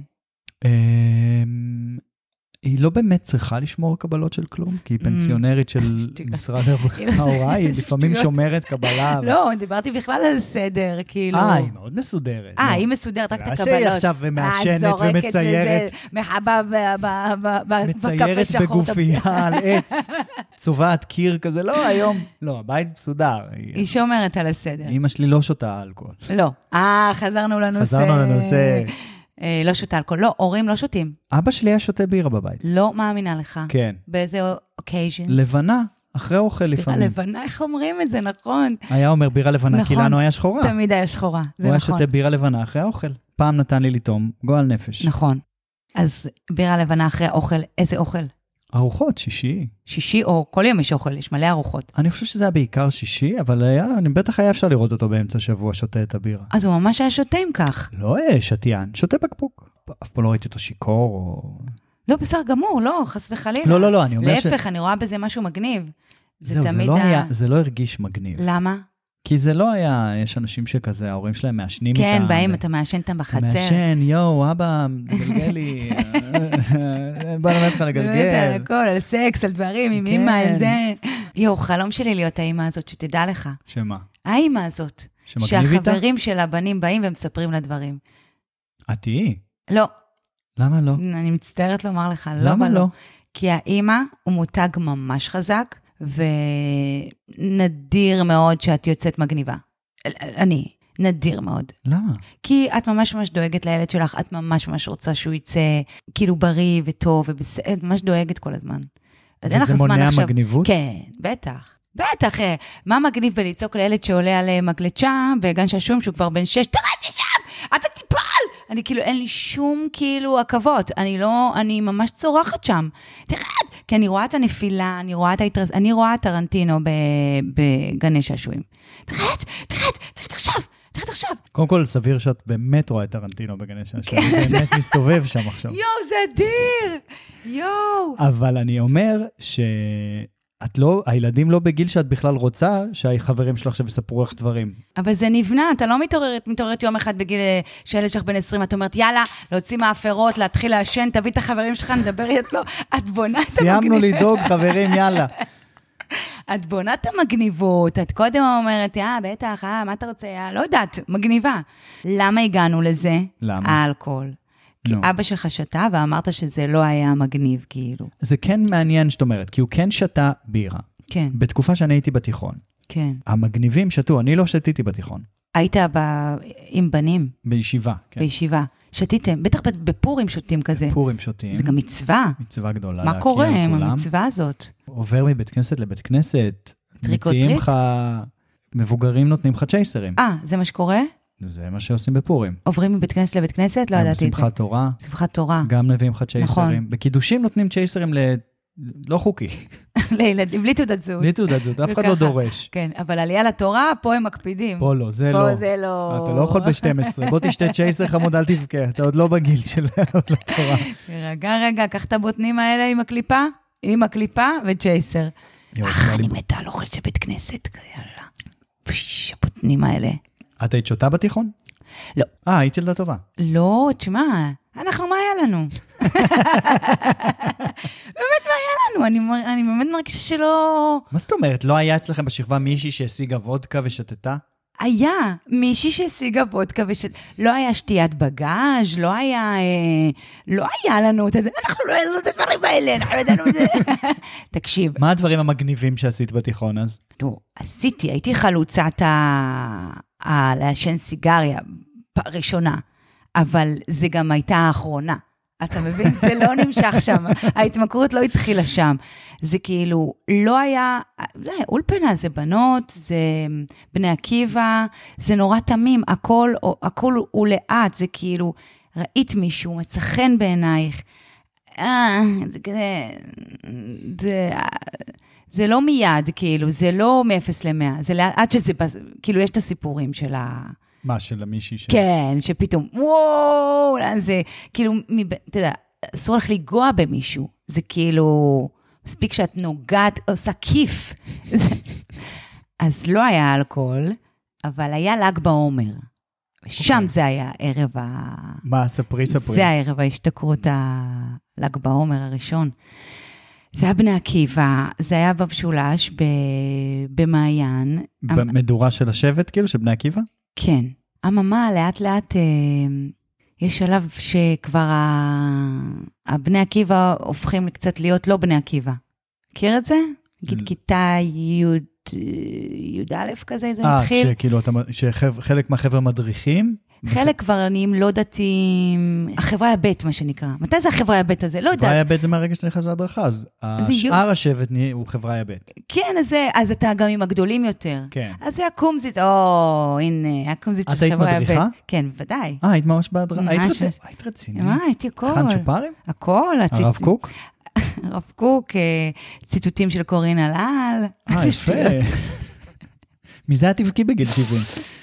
היא לא באמת צריכה לשמור קבלות של כלום, כי היא פנסיונרית של משרד ההוראה, היא לפעמים שומרת קבלה. לא, דיברתי בכלל על סדר, כאילו... היא מאוד מסודרת. היא מסודרת, רק את הקבלות. שהיא עכשיו מעשנת ומציירת. מחבה מציירת בגופייה על עץ, צובעת קיר כזה, לא, היום, לא, הבית מסודר. היא שומרת על הסדר. אמא שלי לא שותה אלכוהול. לא. חזרנו לנושא. לא שותה אלכוהול. לא, הורים לא שותים. אבא שלי היה שותה בירה בבית. לא מאמינה לך. כן. באיזה occasions? לבנה, אחרי אוכל לפעמים. בירה לבנה, איך אומרים את זה, נכון? היה אומר בירה לבנה, כי לנו היה שחורה. תמיד היה שחורה, זה נכון. הוא היה שותה בירה לבנה אחרי האוכל. פעם נתן לי לטום, גועל נפש. נכון. אז בירה לבנה אחרי האוכל, איזה אוכל? ארוחות, שישי. שישי או כל יום יש אוכל, יש מלא ארוחות. אני חושב שזה היה בעיקר שישי, אבל בטח היה אפשר לראות אותו באמצע שבוע, שותה את הבירה. אז הוא ממש היה שותה עם כך. לא שתיין, שותה בקבוק. אף פעם לא ראיתי אותו שיקור או... לא, בסדר גמור, לא, חס וחלילה. לא, אני אומר להפך, אני רואה בזה משהו מגניב. זה לא הרגיש מגניב. למה? כי זה לא היה, יש אנשים שכזה, ההורים שלהם מעשנים איתם. כן, באים, אתה מעשן איתם בחצר. מעשן, אבא, גלגל לי. בוא נלמד לך לגלגל. על הכל, על סקס, על דברים, עם אמא, עם זה. חלום שלי להיות האמא הזאת, שתדע לך. שמה? האמא הזאת. שמגניב איתה? שהחברים של הבנים באים ומספרים לה דברים. את תהיי? לא. למה לא? אני מצטערת לומר לך, למה לא? כי האמא הוא מותג ממש חזק, ונדיר מאוד שאת יוצאת מגניבה. נדיר מאוד. למה? כי את ממש דואגת לילד שלך, את ממש רוצה שהוא יצא כאילו בריא וטוב, את ממש דואגת כל הזמן. וזה מונע מגניבות? כן, בטח. מה מגניב בלצעוק לילד שעולה על מגלצ'ה, בגן שעשועים שהוא כבר בן 6, תרד משם, אתה תיפול! אני כאילו, אין לי שום כאילו עקבות, אני ממש צורחת שם. תרד! כי אני רואה את הנפילה, אני רואה את טרנטינו בגני שעשועים. תרד עכשיו. קודם כל, סביר שאת באמת רואה את טרנטינו בגני שעשועים, אני באמת מסתובב שם עכשיו. זה אדיר! אבל אני אומר הילדים לא בגיל שאת בכלל רוצה שהחברים שלך עכשיו יספרו לך דברים. אבל זה נבנה, אתה לא מתעוררת יום אחד בגיל שילד שלך בן 20, את אומרת, יאללה, להוציא מהאפרות, להתחיל לעשן, תביא את החברים שלך, נדבר אצלו, את בונה את המגניבות. סיימנו לדאוג, חברים, יאללה. את בונה את המגניבות, את קודם אומרת, בטח, מה אתה רוצה? לא יודעת, מגניבה. למה הגענו לזה? למה? האלכוהול. כי אבא שלך שתה, ואמרת שזה לא היה מגניב, כאילו. זה כן מעניין שאת אומרת, כי הוא כן שתה בירה. כן. בתקופה שאני הייתי בתיכון. כן. המגניבים שתו, אני לא שתיתי בתיכון. היית עם בנים? בישיבה, כן. בישיבה. שתיתם, בטח בפורים שותים כזה. בפורים שותים. זה גם מצווה. מצווה גדולה. מה קורה עם המצווה הזאת? עובר מבית כנסת לבית כנסת. טריק או טריק? מציעים לך, מבוגרים נותנים לך צ'ייסרים. זה מה שקורה? זה מה שעושים בפורים. עוברים מבית כנסת לבית כנסת? לא ידעתי את זה. שמחת תורה. שמחת תורה. גם מביאים לך צ'ייסרים. נכון. בקידושים נותנים צ'ייסרים לא חוקי. לילדים, בלי תעודת זהות. בלי תעודת זהות, אף אחד לא דורש. כן, אבל עלייה לתורה, פה הם מקפידים. פה לא, זה לא. פה זה לא. אתה לא יכול ב-12, בוא תשתה צ'ייסר חמוד, אל תבכה, אתה עוד לא בגיל של עוד לתורה. רגע, קח את הבוטנים האלה עם הקליפה וצ'ייסר. אני מתה, לא חושבת שבית כנסת, יאללה. הבוטנים האלה. את היית שותה בתיכון? לא. היית ילדה טובה. לא, תשמע, מה היה לנו? באמת מה היה לנו? אני באמת מרגישה שלא... מה זאת אומרת? לא היה אצלכם בשכבה מישהי שהשיגה וודקה ושתתה? היה מישהי שהשיגה וודקה לא היה שתיית בגאז', לא היה לנו, אנחנו לא ידענו את הדברים האלה, אנחנו ידענו את זה. תקשיב. מה הדברים המגניבים שעשית בתיכון אז? לא, הייתי חלוצת לעשן סיגריה ראשונה, אבל זה גם הייתה האחרונה. אתה מבין? זה לא נמשך שם. ההתמכרות לא התחילה שם. זה כאילו, לא היה, אולפנה זה בנות, זה בני עקיבא, זה נורא תמים, הכל הוא לאט, זה כאילו, ראית מישהו, מצא חן בעינייך, זה לא מיד, כאילו, זה לא מ-0 ל-100, זה לאט שזה, כאילו, יש את הסיפורים של מה, של המישהי כן, שפתאום, וואו, זה כאילו, אתה יודע, אסור לך לגוע במישהו, זה כאילו, מספיק שאת נוגעת, עושה כיף. אז לא היה אלכוהול, אבל היה ל"ג בעומר. שם זה היה ערב מה, ספרי. זה הערב ההשתכרות הל"ג בעומר הראשון. זה היה בני עקיבא, זה היה במשולש, במעיין. במדורה של השבט, כאילו, של בני עקיבא? כן. אממה, לאט לאט, יש שלב שכבר הבני עקיבא הופכים קצת להיות לא בני עקיבא. מכיר את זה? נגיד כיתה י"א כזה, זה התחיל. שכאילו, שחלק מהחבר'ה מדריכים? חלק כבר נהיים לא דתיים, החברה הבית, מה שנקרא. מתי זה החברה הבית הזה? לא יודע. חברה הבית זה מהרגע שאתה נכנס להדרכה, אז השאר השבט הוא חברה הבית. כן, אז אתה גם עם הגדולים יותר. כן. אז זה הקומזיץ, הנה, הקומזיץ של חברה הבית. את היית מדריכה? כן, ודאי. היית ממש בהדרכה? היית רציני? מה, הייתי הכל. הכנת צ'ופרים? הכל. הרב קוק? הרב קוק, ציטוטים של קורין הלל. יפה. מזה את תבכי בגיל 70.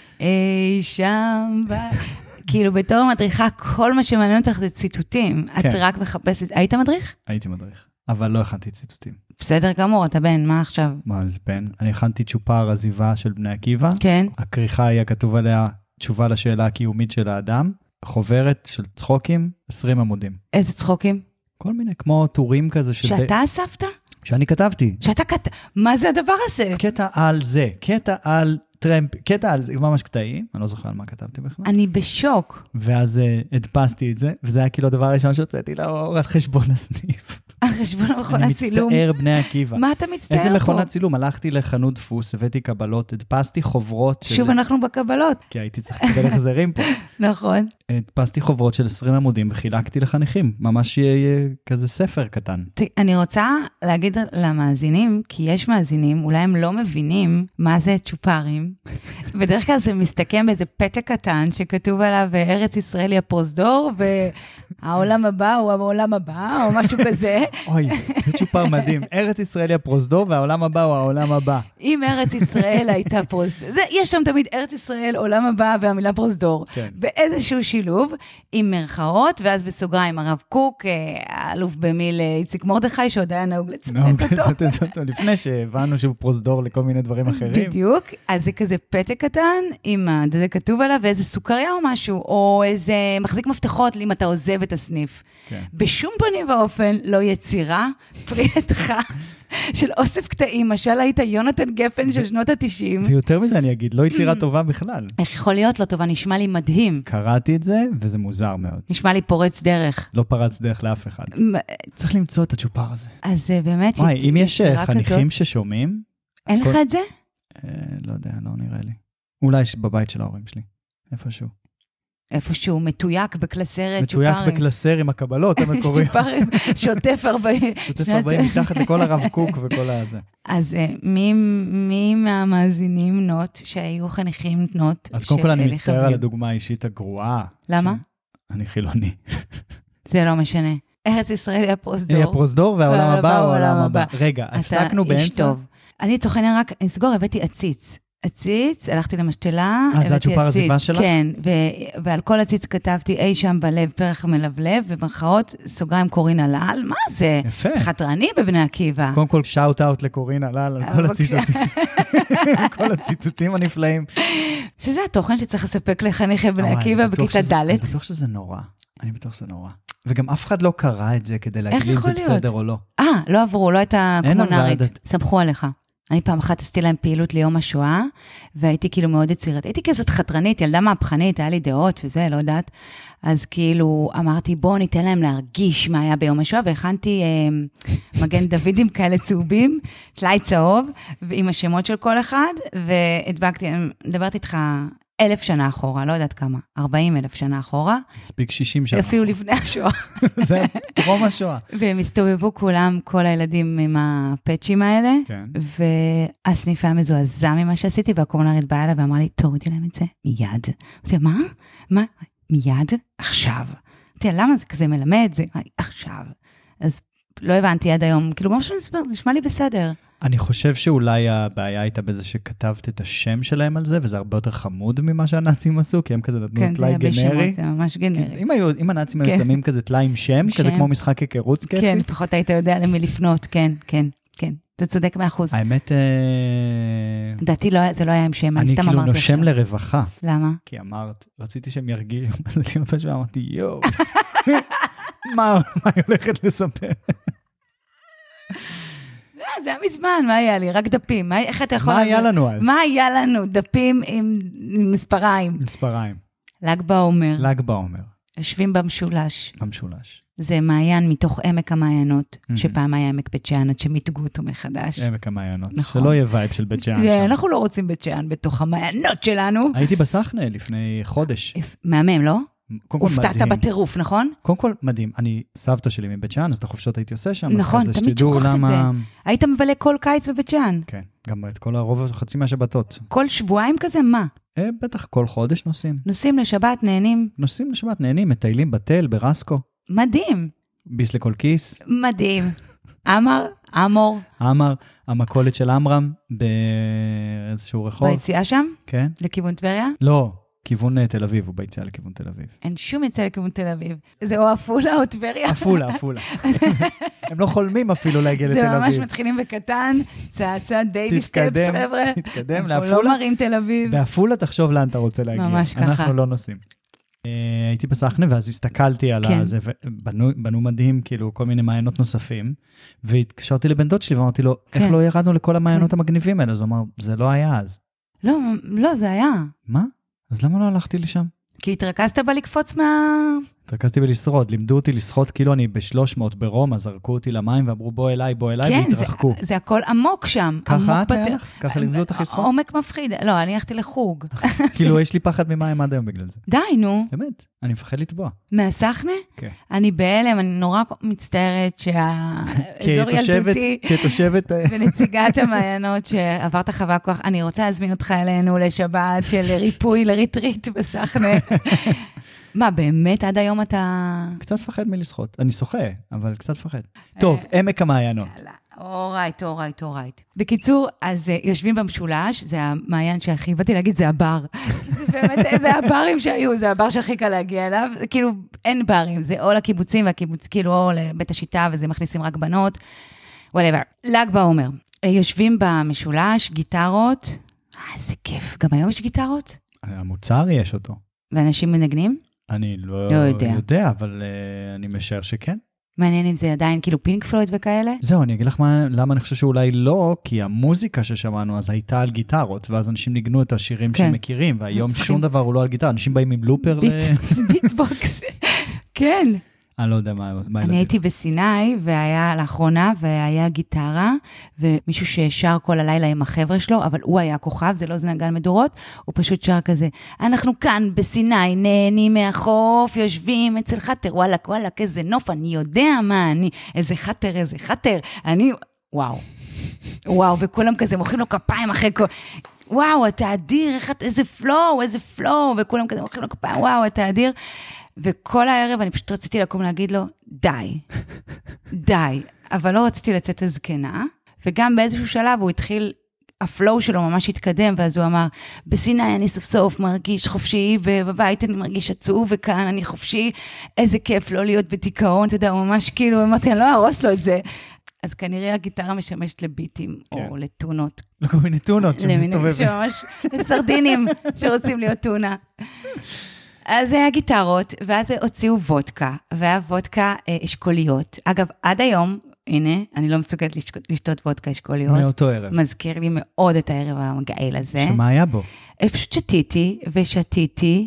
שם, כאילו בתור מדריכה, כל מה שמעניין אותך זה ציטוטים. את רק מחפשת, היית מדריך? הייתי מדריך, אבל לא הכנתי ציטוטים. בסדר גמור, אתה בן, מה עכשיו? מה זה בן? אני הכנתי צ'ופר עזיבה של בני עקיבא. כן. הכריכה היה כתוב עליה תשובה לשאלה הקיומית של האדם, חוברת של צחוקים, 20 עמודים. איזה צחוקים? כל מיני, כמו טורים כזה. שאתה אספת? שאני כתבתי. מה זה הדבר הזה? קטע על זה, קטע על טרמפ, קטע על זה, ממש קטעים, אני לא זוכר על מה כתבתי בכלל. אני בשוק. ואז הדפסתי את זה, וזה היה כאילו הדבר הראשון שהוצאתי לאור על חשבון הסניף. על חשבון מכונת צילום. אני מצטער בני עקיבא. מה אתה מצטער פה? איזה מכונת צילום? הלכתי לחנות דפוס, הבאתי קבלות, הדפסתי חוברות של... שוב אנחנו בקבלות. כי הייתי צריך לקבל החזרים פה. נכון. הדפסתי חוברות של 20 עמודים וחילקתי לחניכים. ממש יהיה כזה ספר קטן. אני רוצה להגיד למאזינים, כי יש מאזינים, אולי הם לא מבינים מה זה צ'ופרים. בדרך כלל זה מסתכם באיזה פתק קטן שכתוב עליו ארץ ישראל היא הפרוזדור, והעולם הבא הוא העולם הבא, או משהו כזה. אוי, זה צ'ופר מדהים. ארץ ישראל היא הפרוזדור, והעולם הבא הוא העולם הבא. אם ארץ ישראל הייתה פרוזדור, יש שם תמיד ארץ ישראל, עולם הבא והמילה פרוזדור. באיזשהו שילוב, עם מרכאות, ואז בסוגריים הרב קוק, האלוף במיל איציק מרדכי, שעוד היה נהוג לצטט אותו. לפני שהבנו שהוא פרוזדור לכל מיני דברים אחרים. בדיוק, אז זה כזה פתק קטן, זה כתוב עליו, ואיזה סוכריה או משהו, או איזה מחזיק מפתחות, אם אתה עוזב את הסניף. בשום פנים ואופן לא יצירה, פרי עטך, של אוסף קטעים, משל היית יונתן גפן של שנות ה-90. ויותר מזה אני אגיד, לא יצירה טובה בכלל. איך יכול להיות לא טובה? נשמע לי מדהים. קראתי את זה, וזה מוזר מאוד. נשמע לי פורץ דרך. לא פרץ דרך לאף אחד. צריך למצוא את הצ'ופר הזה. אז באמת וואי, אם יש חניכים ששומעים... אין לך את זה? לא יודע, לא נראה לי. אולי בבית של ההורים שלי, איפשהו. איפשהו מתויק בקלסרת, מתויק בקלסר עם הקבלות המקוריים. שוטף 40. שוטף 40 מתחת לכל הרב קוק וכל הזה. אז מי מהמאזינים נוט, שהיו חניכים נוט? אז קודם כל אני מצטער על הדוגמה האישית הגרועה. למה? אני חילוני. זה לא משנה. ארץ ישראל היא הפרוזדור. היא הפרוזדור והעולם הבא הוא העולם הבא. רגע, הפסקנו באמצע. אתה איש טוב. אני צוחנה רק, נסגור, הבאתי עציץ, הלכתי למשתלה, זה הצ'ופר הזיבה שלך? כן, ועל כל עציץ כתבתי אי שם בלב פרח מלבלב, ובמחאות סוגריים קורין הלל, מה זה? יפה. חתרני בבני עקיבא. קודם כל שאוט אאוט לקורין הלל, על כל הציטוטים. כל הציטוטים הנפלאים. שזה התוכן שצריך לספק לחניכי בני עקיבא בכיתה ד'. אני בטוח שזה נורא. וגם אף אחד לא קרא את זה כדי להגיד אם זה בסדר או לא. לא עברו, לא הייתה קומונרית. סמכו עליך. אני פעם אחת עשיתי להם פעילות ליום השואה, והייתי כאילו מאוד יצירת. הייתי כזאת חתרנית, ילדה מהפכנית, היה לי דעות וזה, לא יודעת. אז כאילו אמרתי, בואו ניתן להם להרגיש מה היה ביום השואה, והכנתי מגן דוידים כאלה צהובים, תלאי צהוב, עם השמות של כל אחד, והדבקתי, מדברת איתך 1,000 שנה אחורה, לא יודעת כמה, 40,000 שנה אחורה. מספיק 60 שנה. אפילו לפני השואה. זה טרום השואה. והם הסתובבו כולם, כל הילדים עם הפאצ'ים האלה, והסניף היה מזועזע ממה שעשיתי, והקומונרית באה אליי ואמרה לי, תורידי להם את זה מיד. אמרתי, מה? מיד? עכשיו. אמרתי, למה זה כזה מלמד? זה עכשיו. אז לא הבנתי עד היום, כאילו, משהו נסבר, זה נשמע לי בסדר. אני חושב שאולי הבעיה הייתה בזה שכתבת את השם שלהם על זה, וזה הרבה יותר חמוד ממה שהנאצים עשו, כי הם כזה נתנו טלאי גנרי. כן, זה היה בשמות, זה ממש גנרי. אם הנאצים היו שמים כזה טלאי עם שם, כזה כמו משחק היכרות כיפי. כן, לפחות היית יודע למי לפנות, כן. אתה צודק 100%. האמת... דעתי זה לא היה עם שם, אני כאילו נושם לרווחה. למה? כי אמרת, רציתי שהם ירגישו, אז אני פשוט אמרתי, יואו, מה היא הולכת לספר? זה היה מזמן, מה היה לי? רק דפים. איך אתה יכול... מה היה לנו אז? מה היה לנו? דפים עם מספריים. מספריים. ל"ג בעומר. ל"ג בעומר. יושבים במשולש. במשולש. זה מעיין מתוך עמק המעיינות, שפעם היה עמק בית שאן, עד שמיתגו אותו מחדש. עמק המעיינות. שלא יהיה וייב של בית שאן. אנחנו לא רוצים בית שאן בתוך המעיינות שלנו. הייתי בסחנה לפני חודש. מהמם, לא? הופתעת בטירוף, נכון? קודם כל, מדהים. סבתא שלי מבית שאן, אז את החופשות הייתי עושה שם. נכון, תמיד שוכחת את זה. היית מבלה כל קיץ בבית שאן. כן, גם את כל הרוב, חצי מהשבתות. כל שבועיים כזה, מה? בטח, כל חודש נוסעים. נוסעים לשבת, נהנים? נוסעים לשבת, נהנים, מטיילים בתל, ברסקו. מדהים. ביס לכל כיס. מדהים. אמור. המקולת של אמרם, באיזשהו רחוב. ביציאה שם? כן. לכיוון טבריה? לא. כיוון תל אביב, הוא ביציאה לכיוון תל אביב. אין שום יציאה לכיוון תל אביב. זה או אפולה או טבריה. אפולה. הם לא חולמים אפילו להגיע לתל אביב. זה ממש מתחילים בקטן, צעצע בייבי סטפס, חבר'ה. תתקדם לאפולה. אנחנו לא מרים תל אביב. באפולה תחשוב לאן אתה רוצה להגיע. ממש ככה. אנחנו לא נוסעים. הייתי בסחנה, ואז הסתכלתי על זה, בנו מדהים, כאילו, כל מיני מעיינות נוספים, והתקשרתי לבן דוד שלי, ואמרתי לו, איך לא ירדנו לכל המעיינות המגניבים האלה? אז הוא אמר, זה לא היה אז. לא, זה היה. מה? אז למה לא הלכתי לשם? כי התרכזת בלקפוץ התרכזתי בלשרוד, לימדו אותי לשחות, כאילו אני ב-300 ברומא, זרקו אותי למים ואמרו בוא אליי, והתרחקו. כן, זה הכל עמוק שם. ככה את היה לך? ככה לימדו אותך לשחות? עומק מפחיד. לא, אני הלכתי לחוג. כאילו יש לי פחד ממים עד היום בגלל זה. די, נו. באמת, אני מפחד לטבוע. מהסחנה? כן. אני בהלם, אני נורא מצטערת שהאזור ילדותי, כתושבת ונציגת המעיינות שעברת חווה כוח, אני רוצה להזמין אותך אלינו לשבת של ריפוי לריטריט בסחנה. מה, באמת עד היום אתה... קצת פחד מלשחות. אני שוחה, אבל קצת פחד. טוב, עמק המעיינות. אורייט. בקיצור, אז יושבים במשולש, זה המעיין שהכי, באתי להגיד, זה הבר. זה באמת, זה הברים שהיו, זה הבר שהכי קל להגיע אליו. כאילו, אין ברים, זה או לקיבוצים, והקיבוץ, כאילו, או לבית השיטה, וזה מכניסים רק בנות, whatever. ל"ג בעומר. יושבים במשולש, גיטרות, איזה כיף. גם היום יש גיטרות? המוצר יש אותו. ואנשים מנגנים? אני לא יודע, אבל אני משער שכן. מעניין אם זה עדיין כאילו פינק פלויד וכאלה? זהו, אני אגיד לך למה אני חושב שאולי לא, כי המוזיקה ששמענו אז הייתה על גיטרות, ואז אנשים ניגנו את השירים שהם מכירים, והיום שום דבר הוא לא על גיטרה, אנשים באים עם לופר ביטבוקס, כן. אני לא יודע מה אני הייתי בסיני, והיה לאחרונה, והיה גיטרה, ומישהו ששר כל הלילה עם החבר'ה שלו, אבל הוא היה כוכב, זה לא זנגן מדורות, הוא פשוט שר כזה, אנחנו כאן בסיני, נהנים מהחוף, יושבים אצל חטר, וואלה, איזה נוף, אני יודע מה אני, איזה חטר, אני, וואו, וכולם כזה מוחאים לו כפיים אחרי כל... וואו, אתה אדיר, איזה פלואו, וכולם כזה מוחאים לו כפיים, וואו, אתה אדיר. וכל הערב אני פשוט רציתי לקום להגיד לו, די, אבל לא רציתי לצאת הזקנה, וגם באיזשהו שלב הוא התחיל, הפלואו שלו ממש התקדם, ואז הוא אמר, בסיני אני סוף סוף מרגיש חופשי, ובבית אני מרגיש עצוב, וכאן אני חופשי, איזה כיף לא להיות בדיכאון, אתה יודע, הוא ממש כאילו, אמרתי, אני לא ארוס לו את זה. אז כנראה הגיטרה משמשת לביטים, או לטונות. לכל מיני טונות שמסתובבים. שממש סרדינים שרוצים להיות טונה. אז זה היה גיטרות, ואז הוציאו וודקה, והיה וודקה אשכוליות. אגב, עד היום, הנה, אני לא מסוגלת לשתות וודקה אשכוליות. מאותו ערב. מזכיר לי מאוד את הערב המגעיל הזה. שמה היה בו? פשוט שתיתי,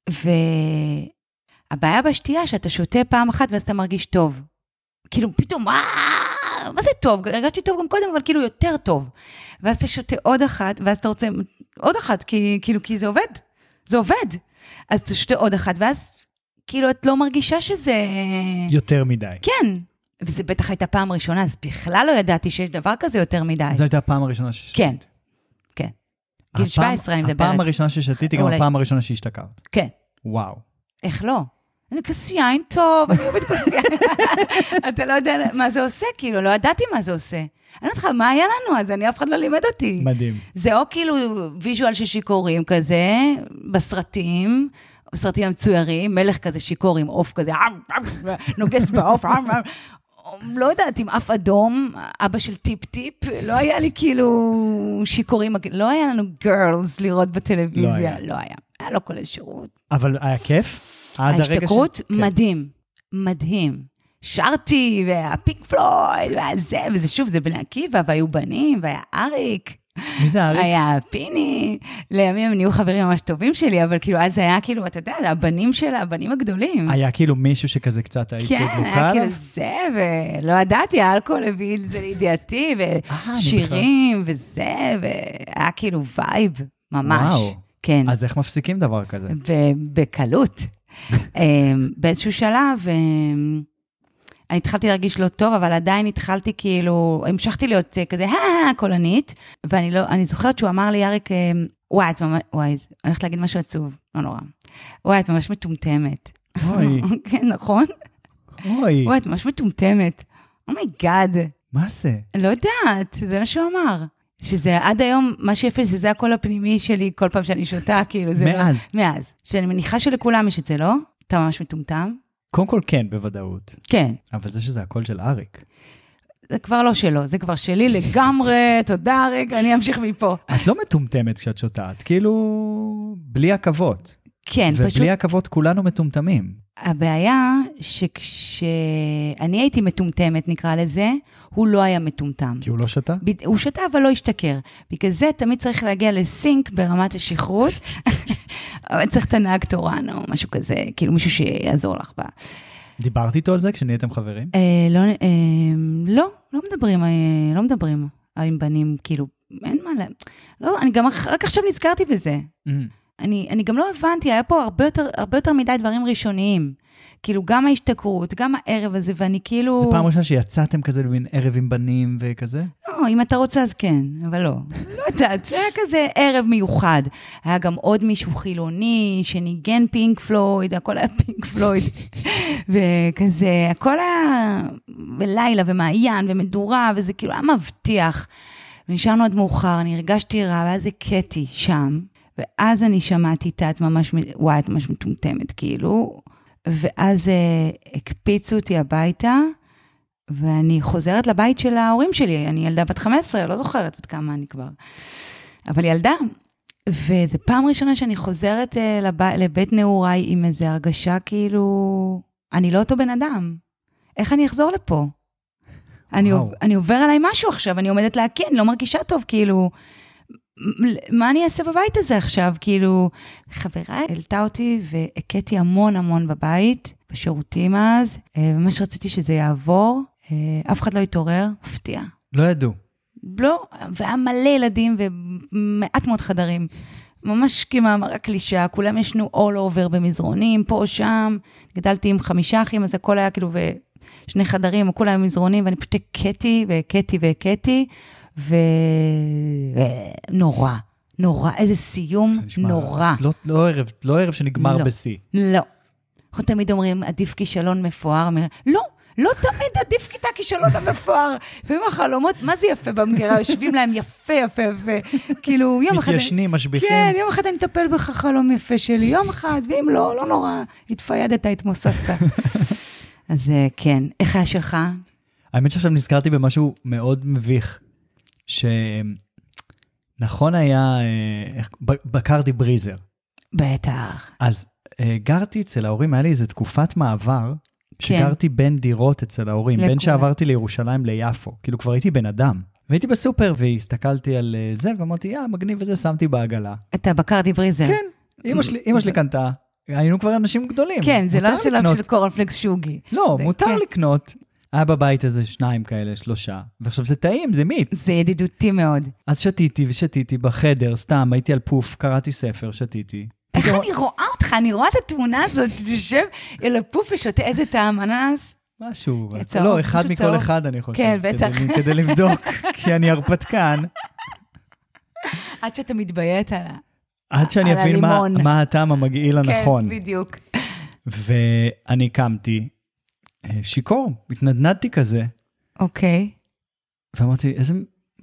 והבעיה בשתייה שאתה שותה פעם אחת, ואז אתה מרגיש טוב. כאילו, פתאום, מה זה טוב? הרגשתי טוב גם קודם, אבל כאילו יותר טוב. ואז אתה שותה עוד אחת, ואז אתה רוצה עוד אחת, כי זה עובד. זה עובד. אז אתה שותה עוד אחת, ואז כאילו את לא מרגישה שזה... יותר מדי. כן. וזה בטח הייתה פעם ראשונה, אז בכלל לא ידעתי שיש דבר כזה יותר מדי. זו הייתה הפעם הראשונה ששתית. כן. גיל 17 אני מדברת. הפעם הראשונה ששתיתי, גם הפעם הראשונה שהשתכרת. כן. וואו. איך לא? אני כוס יין טוב, אני אוהבת כוס יין. אתה לא יודע מה זה עושה, כאילו, לא ידעתי מה זה עושה. אני אומרת לך, מה היה לנו? אז אף אחד לא לימד אותי. מדהים. זה או כאילו ויז'ואל של שיקורים כזה, בסרטים המצוירים, מלך כזה שיקור עם אוף כזה, נוגס באוף, לא יודעת, עם אף אדום, אבא של טיפ-טיפ, לא היה לי כאילו שיקורים, לא היה לנו גרלס לראות בטלוויזיה, לא היה. היה לא כולל שירות. אבל היה כיף? ההשתכרות מדהים. שרתי, והפינק פלויד, וזה שוב, זה בני עקיבא, והיו בנים, והיה אריק. מי זה אריק? היה פיני. לימים הם נהיו חברים ממש טובים שלי, אבל כאילו, אז היה כאילו, אתה יודע, הבנים שלה, הבנים הגדולים. היה כאילו מישהו שכזה קצת היית דלוקה עליו? כן, היה כאילו זה, ולא ידעתי, האלכוהול הביא את זה לידיעתי, ושירים, וזה, והיה כאילו וייב, ממש. וואו. כן. אז איך מפסיקים דבר כזה? בקלות. באיזשהו שלב, אני התחלתי להרגיש לא טוב, אבל עדיין התחלתי כאילו, המשכתי להיות כזה, קולנית, ואני זוכרת שהוא אמר לי, אריק, וואי, אני הולכת להגיד משהו עצוב, לא נורא. וואי, את ממש מטומטמת. אוי. כן, נכון? אוי. וואי, את ממש מטומטמת. אומייגאד. מה זה? לא יודעת, זה מה שהוא אמר. שזה עד היום, מה שיפה, שזה הקול הפנימי שלי, כל פעם שאני שותה, כאילו זה... מאז. שאני מניחה שלכולם יש את זה, לא? אתה ממש מטומטם. קודם כל כן, בוודאות. כן. אבל זה שזה הקול של אריק. זה כבר לא שלו, זה כבר שלי לגמרי, תודה אריק, אני אמשיך מפה. את לא מטומטמת כשאת שותה, את כאילו בלי עכבות. כן, פשוט... ובלי עכבות כולנו מטומטמים. הבעיה שכשאני הייתי מטומטמת, נקרא לזה, הוא לא היה מטומטם. כי הוא לא שתה? הוא שתה אבל לא השתכר. בגלל זה תמיד צריך להגיע לסינק ברמת השכרות, אבל צריך את הנהג תורן או משהו כזה, כאילו מישהו שיעזור לך בה. דיברת איתו על זה כשנהייתם חברים? לא מדברים עם בנים, כאילו, אין מה להם. לא, אני גם רק עכשיו נזכרתי בזה. אני גם לא הבנתי, היה פה הרבה יותר מדי דברים ראשוניים. כאילו, גם ההשתכרות, גם הערב הזה, ואני כאילו... זה פעם ראשונה שיצאתם כזה במין ערב עם בנים וכזה? לא, אם אתה רוצה אז כן, אבל לא. לא יודעת, זה היה כזה ערב מיוחד. היה גם עוד מישהו חילוני, שניגן פינק פלויד, הכל היה פינק פלויד. וכזה, הכל היה בלילה ומעיין ומדורה, וזה כאילו היה מבטיח. ונשארנו עד מאוחר, אני הרגשתי רע, ואז זה קטי שם. ואז אני שמעתי איתה, את ממש מטומטמת, כאילו, ואז הקפיצו אותי הביתה, ואני חוזרת לבית של ההורים שלי, אני ילדה בת 15, לא זוכרת בת כמה אני כבר, אבל ילדה, וזו פעם ראשונה שאני חוזרת לבית נעוריי, עם איזו הרגשה כאילו, אני לא אותו בן אדם, איך אני אחזור לפה? אני עובר עליי משהו עכשיו, אני עומדת להקין, לא מרגישה טוב, כאילו, מה אני אעשה בבית הזה עכשיו? כאילו, חברה העלתה אותי והקטתי המון בבית, בשירותים אז, ממש רציתי שזה יעבור, אף אחד לא התעורר, מפתיע. לא ידעו. לא, והיה מלא ילדים ומעט מאוד חדרים. ממש כמאמר הקלישה, כולם ישנו all over במזרונים, פה או שם, גדלתי עם 5 אחים, אז הכל היה כאילו ושני חדרים, כולם עם מזרונים, ואני פשוט הקטי, ונורא, נורא, איזה סיום נורא. לא ערב שנגמר בסי. לא. אנחנו תמיד אומרים, עדיף כישלון מפואר, לא תמיד עדיף כיתה כישלון המפואר, ועם החלומות, מה זה יפה במגירה? יושבים להם יפה, כאילו יום אחד... מתיישנים, משביחים. כן, יום אחד אני אטפל בך חלום יפה שלי, יום אחד, ואם לא, לא נורא, התפיידת, התמוססת. אז כן, איך היה שלך? האמת שעכשיו נזכרתי במשהו מאוד מביך, שנכון היה, בקרתי בריזר. בטח. אז גרתי אצל ההורים, היה לי איזו תקופת מעבר, שגרתי בין דירות אצל ההורים, בין שעברתי לירושלים ליפו, כאילו כבר הייתי בן אדם. והייתי בסופר והסתכלתי על זה, ואמרתי, מגניב וזה, שמתי בעגלה. אתה בקרתי בריזר. כן, אמא שלי קנתה, היינו כבר אנשים גדולים. כן, זה לא שלב של קורנפלקס שוגי. לא, מותר לקנות. היה בבית איזה 2 כאלה, 3, ועכשיו זה טעים, זה מיץ. זה ידידותי מאוד. אז שתיתי בחדר, סתם, הייתי על פוף, קראתי ספר, שתיתי. איך אני רואה אותך? אני רואה את התמונה הזאת, שתשב אל הפוף ושותה איזה טעם אננס. משהו, לא, אחד מכל אחד אני חושב. כן, בטח. כדי לבדוק, כי אני הרפתקן. עד שאתה מתביית על הלימון. עד שאני אבין מה הטעם המגעיל הנכון. כן, בדיוק. ואני קמתי, שיקור, התנדנדתי כזה. אוקיי. ואמרתי, איזה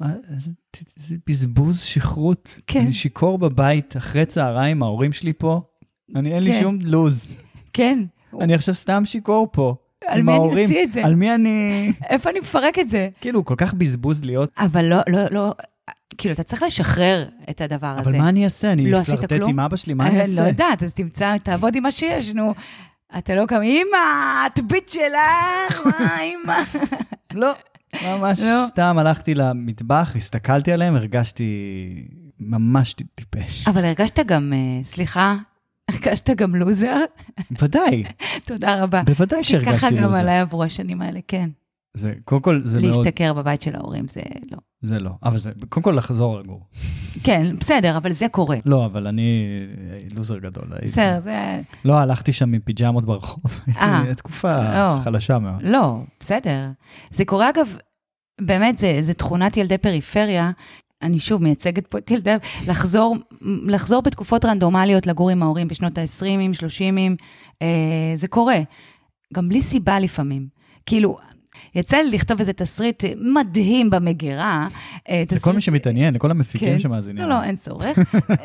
בזבוז שכרות. כן. אני שיקור בבית, אחרי צהריים, ההורים שלי פה. אין לי שום לוז. כן. אני עכשיו סתם שיקור פה. על מי אני מוציא את זה? על מי אני... איפה אני מפרק את זה? כאילו, כל כך בזבוז להיות... אבל לא, כאילו, אתה צריך לשחרר את הדבר הזה. אבל מה אני אעשה? אני פלרטט עם אבא שלי, מה אני אעשה? לא יודעת, אז תעבוד עם מה שיש, נו. אתה לא קם, אמא, הטבית שלך, מה, אמא? לא, ממש סתם הלכתי למטבח, הסתכלתי עליהם, הרגשתי ממש טיפש. אבל הרגשת גם, סליחה, הרגשת גם לוזר? ודאי. תודה רבה. בוודאי שהרגשתי לוזר. כי ככה גם עליי עברו השנים האלה, כן. זה, קודם כל, זה מאוד... להשתכר בבית של ההורים, זה לא. זה לא, אבל זה, קודם כל לחזור לגור. כן, בסדר, אבל זה קורה. לא, אבל אני לוזר גדול. בסדר, זה... לא, הלכתי שם מפיג'מות ברחוב. הייתי תקופה חלשה מאוד. לא, בסדר. זה קורה, אגב, באמת, זה תכונת ילדי פריפריה, אני שוב מייצגת פה את ילדי, לחזור בתקופות רנדומליות לגור עם ההורים בשנות ה-20, 30, זה קורה. גם בלי סיבה לפעמים. כאילו, יצא לי לכתוב איזה תסריט מדהים במגירה. לכל מי שמתעניין, לכל המפיקים שמאזינים. לא, אין צורך.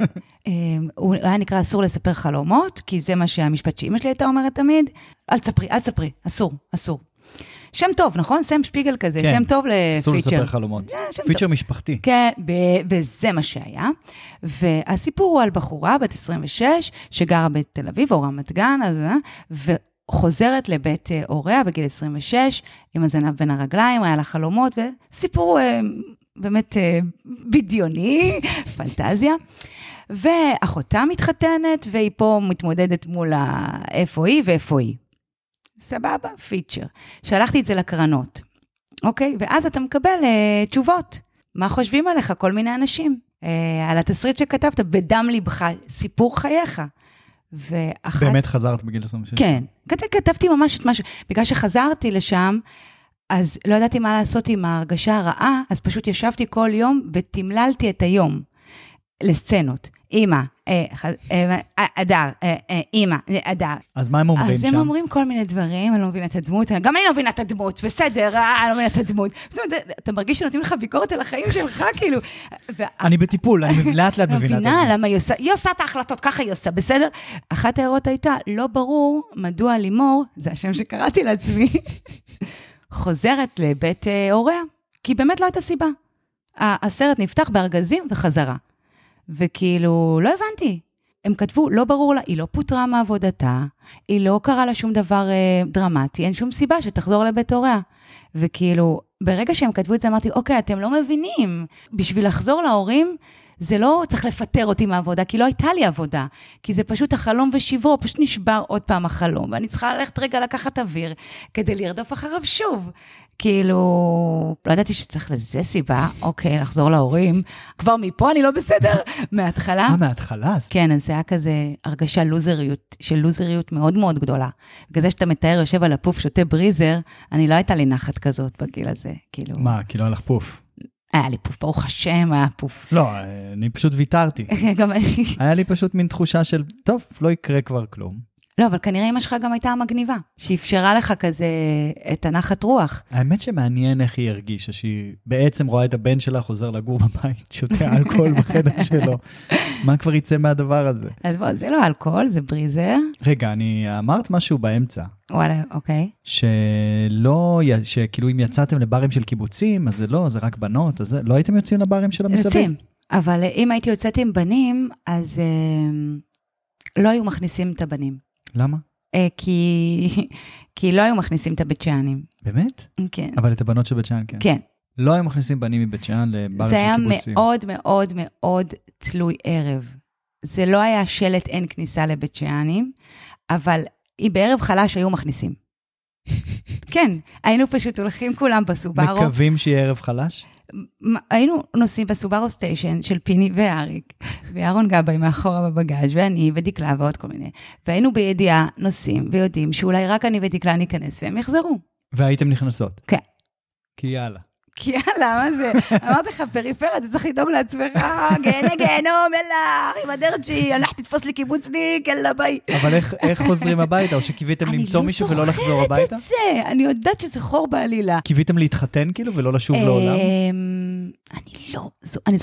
הוא היה נקרא אסור לספר חלומות, כי זה מה שהמשפט שאמא שלי הייתה אומרת תמיד, אל תספרי, אסור. שם טוב, נכון? סם שפיגל כזה, שם טוב לפיצ'ר. אסור לספר חלומות. פיצ'ר משפחתי. כן, וזה מה שהיה. והסיפור הוא על בחורה בת 26, שגרה בתל אביב, או רמת גן, וחוזרת לבית הוריה בגיל 26, עם הזנב בין הרגליים, היה לה חלומות, וסיפור באמת בדיוני, פנטזיה. ואחותה מתחתנת, והיא פה מתמודדת מול איפה היא ואיפה היא. סבבה, פיצ'ר. שלחתי את זה לקרנות, אוקיי? ואז אתה מקבל תשובות. מה חושבים עליך? כל מיני אנשים. על התסריט שכתבת, בדם ליבך, סיפור חייך. באמת חזרת בגיל 26? כן. כתבתי ממש את משהו. בגלל שחזרתי לשם, אז לא ידעתי מה לעשות עם ההרגשה הרעה, אז פשוט ישבתי כל יום ותמללתי את היום לסצנות. אמא, אדר, אמא, אדר. אז מה הם אומרים שם? אז הם אומרים כל מיני דברים, אני לא מבינה את הדמות, גם אני לא מבינה את הדמות, בסדר, אני לא מבינה את הדמות. אתה מרגיש שנותנים לך ביקורת על החיים שלך, כאילו. אני בטיפול, אני לאט לאט מבינה את הדמות. מבינה למה היא עושה את ההחלטות, ככה היא עושה, בסדר? אחת ההערות הייתה, לא ברור מדוע לימור, זה השם שקראתי לעצמי, חוזרת לבית הוריה, כי באמת לא הייתה סיבה. הסרט נפתח בארגזים וחזרה. וכאילו, לא הבנתי. הם כתבו, לא ברור לה, היא לא פוטרה מעבודתה, היא לא קרה לה שום דבר דרמטי, אין שום סיבה שתחזור לבית הוריה. וכאילו, ברגע שהם כתבו את זה, אמרתי, אוקיי, אתם לא מבינים. בשביל לחזור להורים, זה לא צריך לפטר אותי מהעבודה, כי לא הייתה לי עבודה, כי זה פשוט החלום ושברו, פשוט נשבר עוד פעם החלום, ואני צריכה ללכת רגע לקחת אוויר, כדי לרדוף אחריו שוב. כאילו, לא ידעתי שצריך לזה סיבה, אוקיי, לחזור להורים, כבר מפה אני לא בסדר, מההתחלה. מההתחלה? כן, אז זה היה כזה הרגשה לוזריות מאוד מאוד גדולה. בגלל זה שאתה מתאר יושב על הפוף, שותה בריזר, אני לא הייתה לי נחת כזאת בגיל הזה, כאילו. מה, כאילו הלך פוף? היה לי פוף, ברוך השם, היה פוף. לא, אני פשוט ויתרתי. גם אני. היה לי פשוט מין תחושה של, טוב, לא יקרה כבר כלום. לא, אבל כנראה אמא שלך גם הייתה המגניבה, שאפשרה לך כזה את הנחת רוח. האמת שמעניין איך היא הרגישה, שהיא בעצם רואה את הבן שלה חוזר לגור בבית, שותה אלכוהול בחדר שלו. מה כבר יצא מהדבר הזה? אז בוא, זה לא אלכוהול, זה בריזר. רגע, אני אמרת משהו באמצע. וואלה, אוקיי. שכאילו אם יצאתם לברים של קיבוצים, אז זה לא, זה רק בנות, אז לא הייתם יוצאים לברים של המסביב? יוצאים, אבל אם הייתי יוצאת עם בנים, אז לא היו מכניסים את הבנים. למה? כי לא היו מכניסים את הבית שענים. באמת? כן. אבל את הבנות של בית שען, כן. כן. לא היו מכניסים בנים מבית שען לברים של קיבוצים. זה היה מאוד מאוד מאוד תלוי ערב. זה לא היה שלט אין כניסה לבית שענים, אבל בערב חלש היו מכניסים. כן, היינו פשוט הולכים כולם בסוברו. מקווים שיהיה ערב חלש? היינו נוסעים בסוברו סטיישן של פיני ואריק, ואהרון גבאי מאחורה בבגאז' ואני ודקלה ועוד כל מיני, והיינו בידיעה נוסעים ויודעים שאולי רק אני ודקלה ניכנס והם יחזרו. והייתם נכנסות? כן. כי יאללה. כי יאללה, מה זה? אמרתי לך, פריפריה, אתה צריך לדאוג לעצמך, גיהנום, יאללה, אחי בדרג'י, הלך תתפוס לי קיבוצניק, יאללה ביי. אבל איך חוזרים הביתה? או שקיוויתם למצוא מישהו ולא לחזור הביתה? אני לא זוכרת את זה, אני יודעת שזה חור בעלילה. קיוויתם להתחתן כאילו ולא לשוב לעולם? אני לא,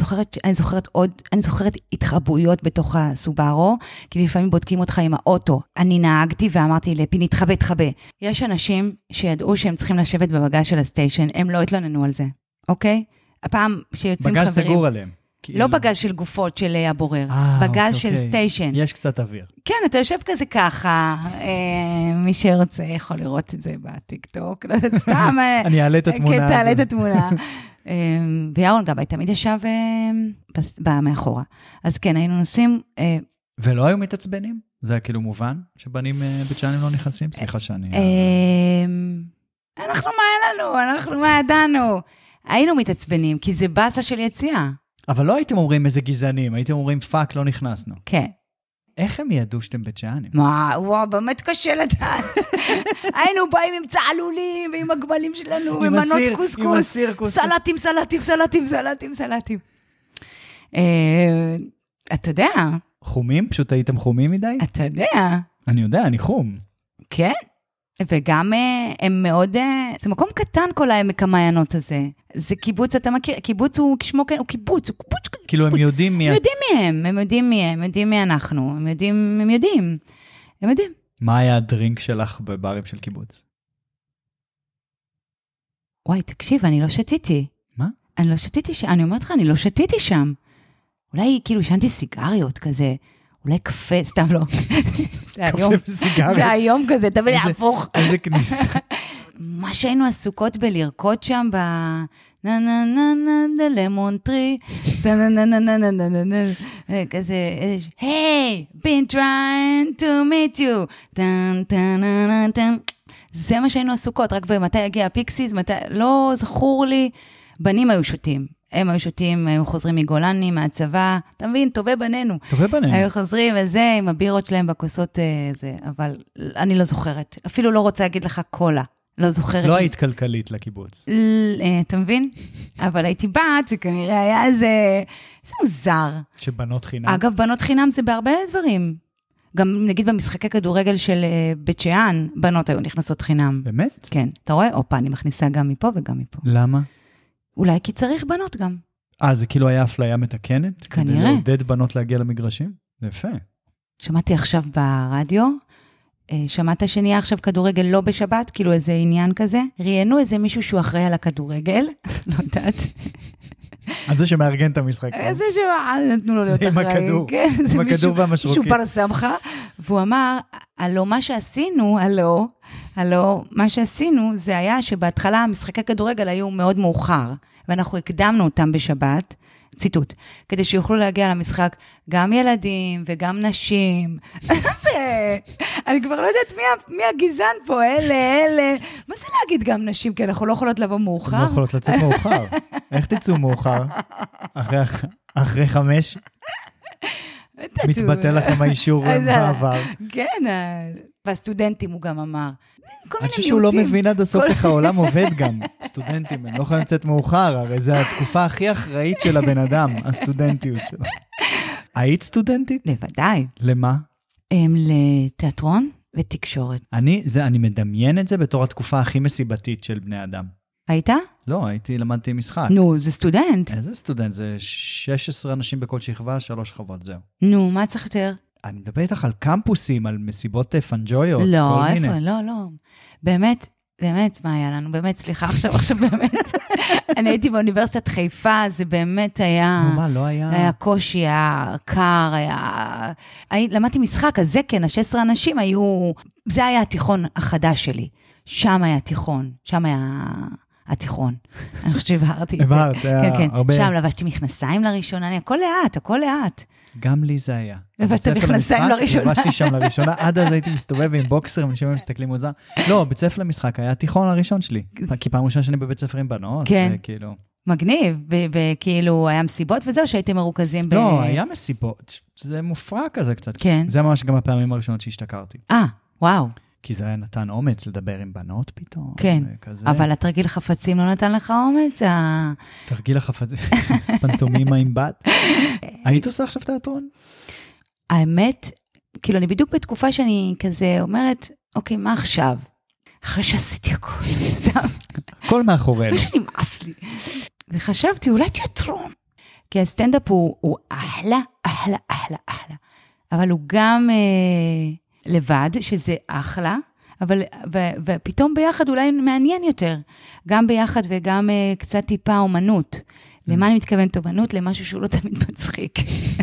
אני זוכרת התחבאויות בתוך הסוברו, כי לפעמים בודקים אותך עם האוטו. אני נהגתי ואמרתי לפיני, תחבא. יש אנשים שידעו שהם צריכים לשבת בבגז של הסטיישן, הם לא התלוננו על זה, אוקיי? הפעם שיוצאים חברים. בגז סגור עליהם. לא בגז של גופות של הבורר, בגז של סטיישן. יש קצת אוויר. כן, אתה יושב כזה ככה, מי שרוצה יכול לראות את זה בטיקטוק, לא יודעת, סתם. אני אעלה את התמונה הזאת. תעלה את התמונה. וירון גבאי תמיד ישב מאחורה. אז כן, היינו נוסעים. ולא היו מתעצבנים? זה היה כאילו מובן שבנים בית שענים לא נכנסים? סליחה שאני... אנחנו מה ידענו? היינו מתעצבנים, כי זה בסה של יציאה. אבל לא הייתם אומרים איזה גזענים, הייתם אומרים פאק, לא נכנסנו. כן. איך הם ידעו שאתם בית שענים? וואו, באמת קשה לדעת. היינו באים עם צעלולים, ועם הגבלים שלנו, עם מנות קוסקוס. סלטים. אתה יודע. חומים? פשוט הייתם חומים מדי? אתה יודע. אני יודע, אני חום. כן. וגם הם מאוד, זה מקום קטן כל העמק המעיינות הזה. זה קיבוץ, אתה מכיר, קיבוץ הוא כשמו כן, הוא קיבוץ. כאילו הם יודעים מי... הם יודעים מי אנחנו, הם יודעים. מה היה הדרינק שלך בברים של קיבוץ? וואי, תקשיב, אני לא שתיתי. מה? אני אומרת לך, אני לא שתיתי שם. אולי כאילו שנתי סיגריות כזה, אולי קפה, סתם לא. קפה וסיגריות. זה היום כזה, תביא לי הפוך. איזה כניסה. מה שהיינו עסוקות בלרקוד שם ב... נה נה נה נה דה למון טרי, נה נה נה נה נה נה נה נה, כזה, hey, been trying to meet you, טן טן טן טן. זה מה שהיינו עסוקות, רק במתי יגיע הפיקסיס, לא זכור לי, בנים היו שותים. הם היו שותים, הם חוזרים מגולני, מהצבא, אתה מבין, טובי בנינו. היו חוזרים וזה, עם הבירות שלהם בכוסות זה, אבל אני לא זוכרת. אפילו לא רוצה להגיד לך קולה. לא זוכרת. לא היית כלכלית לקיבוץ. אתה מבין? אבל הייתי בת, זה כנראה היה איזה מוזר. שבנות חינם. אגב, בנות חינם זה בהרבה דברים. גם נגיד במשחקי כדורגל של בית שען, בנות היו נכנסות חינם. באמת? כן. אתה רואה? אופה, אני מכניסה גם מפה וגם מפה. למה? אולי כי צריך בנות גם. זה כאילו היה אפליה מתקנת? כנראה. כדי לעודד בנות להגיע למגרשים? זה יפה. שמעתי עכשיו ברדיו, שמעת שנהיה עכשיו כדורגל לא בשבת, כאילו איזה עניין כזה. ראיינו איזה מישהו שהוא אחראי על הכדורגל, לא יודעת. אז זה שמארגן את המשחק. איזה נתנו לו להיות אחראי. עם הכדור והמשרוקית. שהוא פרסמך, והוא אמר, מה שעשינו זה היה שבהתחלה המשחקי כדורגל היו מאוד מאוחר, ואנחנו הקדמנו אותם בשבת, ציטוט, כדי שיוכלו להגיע למשחק גם ילדים וגם נשים. אני כבר לא יודעת מי הגזען פה, אלה. מה זה להגיד גם נשים? כי אנחנו לא יכולות לבוא מאוחר. לא יכולות לצאת מאוחר. איך תצאו מאוחר? אחרי 5? מתבטל לכם האישור מעבר. כן, והסטודנטים הוא גם אמר. אני חושב שהוא לא מבין עד הסוף איך העולם עובד גם. סטודנטים, הם לא יכולים לצאת מאוחר, הרי זו התקופה הכי אחראית של הבן אדם, הסטודנטיות שלו. היית סטודנטית? בוודאי. למה? לתיאטרון ותקשורת. אני מדמיין את זה בתור התקופה הכי מסיבתית של בני אדם. היית? לא, למדתי משחק. נו, זה סטודנט. איזה סטודנט? זה 16 אנשים בכל שכבה, 3 שכבות, זהו. נו, מה צריך יותר? אני מדבר איתך על קמפוסים, על מסיבות פנג'ויות, לא, איפה? לא. באמת, מה היה לנו? באמת, סליחה, עכשיו באמת. אני הייתי באוניברסיטת חיפה, זה באמת היה... נו, מה, לא היה? היה קושי, היה קר, למדתי משחק, אז זה כן, 16 אנשים היו... זה היה התיכון החדש שלי. שם היה תיכון, התיכון. אני חושבת שהבהרתי את זה. הבהרת, היה הרבה... שם לבשתי מכנסיים לראשונה, הכל לאט. גם לי זה היה. לבשת מכנסיים לראשונה. לבשתי שם לראשונה, עד אז הייתי מסתובב עם בוקסר, אנשים מסתכלים מוזר. לא, בית ספר למשחק היה התיכון הראשון שלי. כי פעם ראשונה שאני בבית ספר עם בנות. כן. מגניב, וכאילו היה מסיבות וזהו שהייתם מרוכזים ב... לא, היה מסיבות. זה מופרע כזה קצת. כן. זה ממש גם הפעמים הראשונות שהשתכרתי. וואו. כי זה נתן אומץ לדבר עם בנות פתאום. כן, אבל התרגיל חפצים לא נתן לך אומץ? תרגיל החפצים, פנטומימה עם בת. היית עושה עכשיו תיאטרון? האמת, כאילו אני בדיוק בתקופה שאני כזה אומרת, אוקיי, מה עכשיו? אחרי שעשיתי הכל, סתם. הכל מאחורינו. מה שנמאס לי. וחשבתי, אולי תיאטרון. כי הסטנדאפ הוא אחלה. אבל הוא גם... לבד, שזה אחלה, אבל, ופתאום ביחד אולי מעניין יותר, גם ביחד וגם קצת טיפה אומנות. למה אני מתכוונת אומנות? למשהו שהוא לא תמיד מצחיק.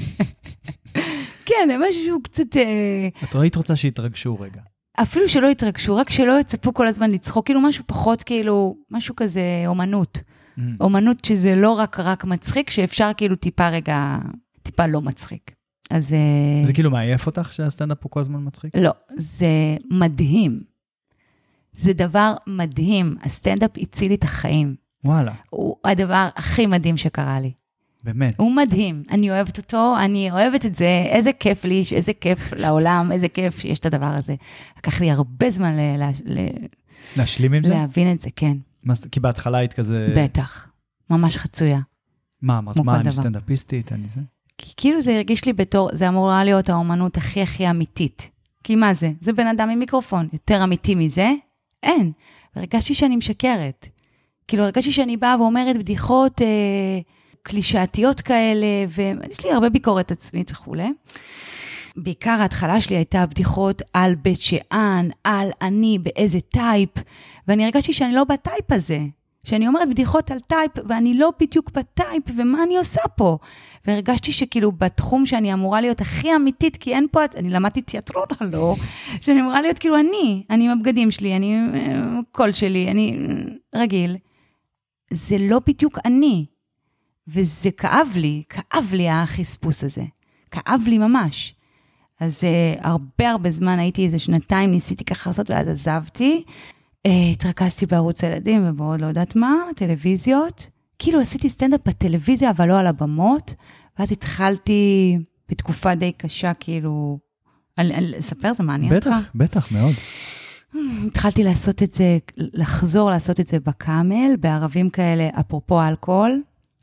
כן, למשהו שהוא קצת... את ראית רוצה שיתרגשו רגע. אפילו שלא יתרגשו, רק שלא יצפו כל הזמן לצחוק, כאילו משהו פחות, כאילו, משהו כזה אומנות. אומנות שזה לא רק מצחיק, שאפשר כאילו טיפה לא מצחיק. אז... זה כאילו מעייף אותך שהסטנדאפ הוא כל הזמן מצחיק? לא, זה מדהים. זה דבר מדהים. הסטנדאפ הציל לי את החיים. וואלה. הוא הדבר הכי מדהים שקרה לי. באמת. הוא מדהים. אני אוהבת אותו, אני אוהבת את זה. איזה כיף לי, איזה כיף לעולם, איזה כיף שיש את הדבר הזה. לקח לי הרבה זמן להשלים עם זה? להבין את זה, כן. כי בהתחלה היית כזה... בטח. ממש חצויה. מה, אמרת, אני סטנדאפיסטית, אני זה? כי כאילו זה הרגיש לי בתור, זה אמורה להיות האומנות הכי אמיתית. כי מה זה? זה בן אדם עם מיקרופון. יותר אמיתי מזה? אין. והרגשתי שאני משקרת. כאילו הרגשתי שאני באה ואומרת בדיחות קלישאתיות כאלה, ויש לי הרבה ביקורת עצמית וכו'. בעיקר ההתחלה שלי הייתה בדיחות על בית שאן, על אני, באיזה טייפ, ואני הרגשתי שאני לא בטייפ הזה. שאני אומרת בדיחות על טייפ, ואני לא בדיוק בטייפ, ומה אני עושה פה? והרגשתי שכאילו בתחום שאני אמורה להיות הכי אמיתית, כי אין פה, אני למדתי תיאטרון הלא, שאני אמורה להיות כאילו אני עם הבגדים שלי, אני עם קול שלי, אני רגיל. זה לא בדיוק אני. וזה כאב לי החספוס הזה. כאב לי ממש. אז הרבה זמן הייתי איזה 2 ניסיתי ככה לעשות, ואז עזבתי. התרכזתי בערוץ הילדים, ובעוד לא יודעת מה, טלוויזיות. כאילו עשיתי סטנדאפ בטלוויזיה, אבל לא על הבמות. ואז התחלתי בתקופה די קשה, כאילו... לספר, זה מעניין אותך? בטח, מאוד. התחלתי לעשות את זה, לחזור לעשות את זה בקאמל, בערבים כאלה, אפרופו אלכוהול.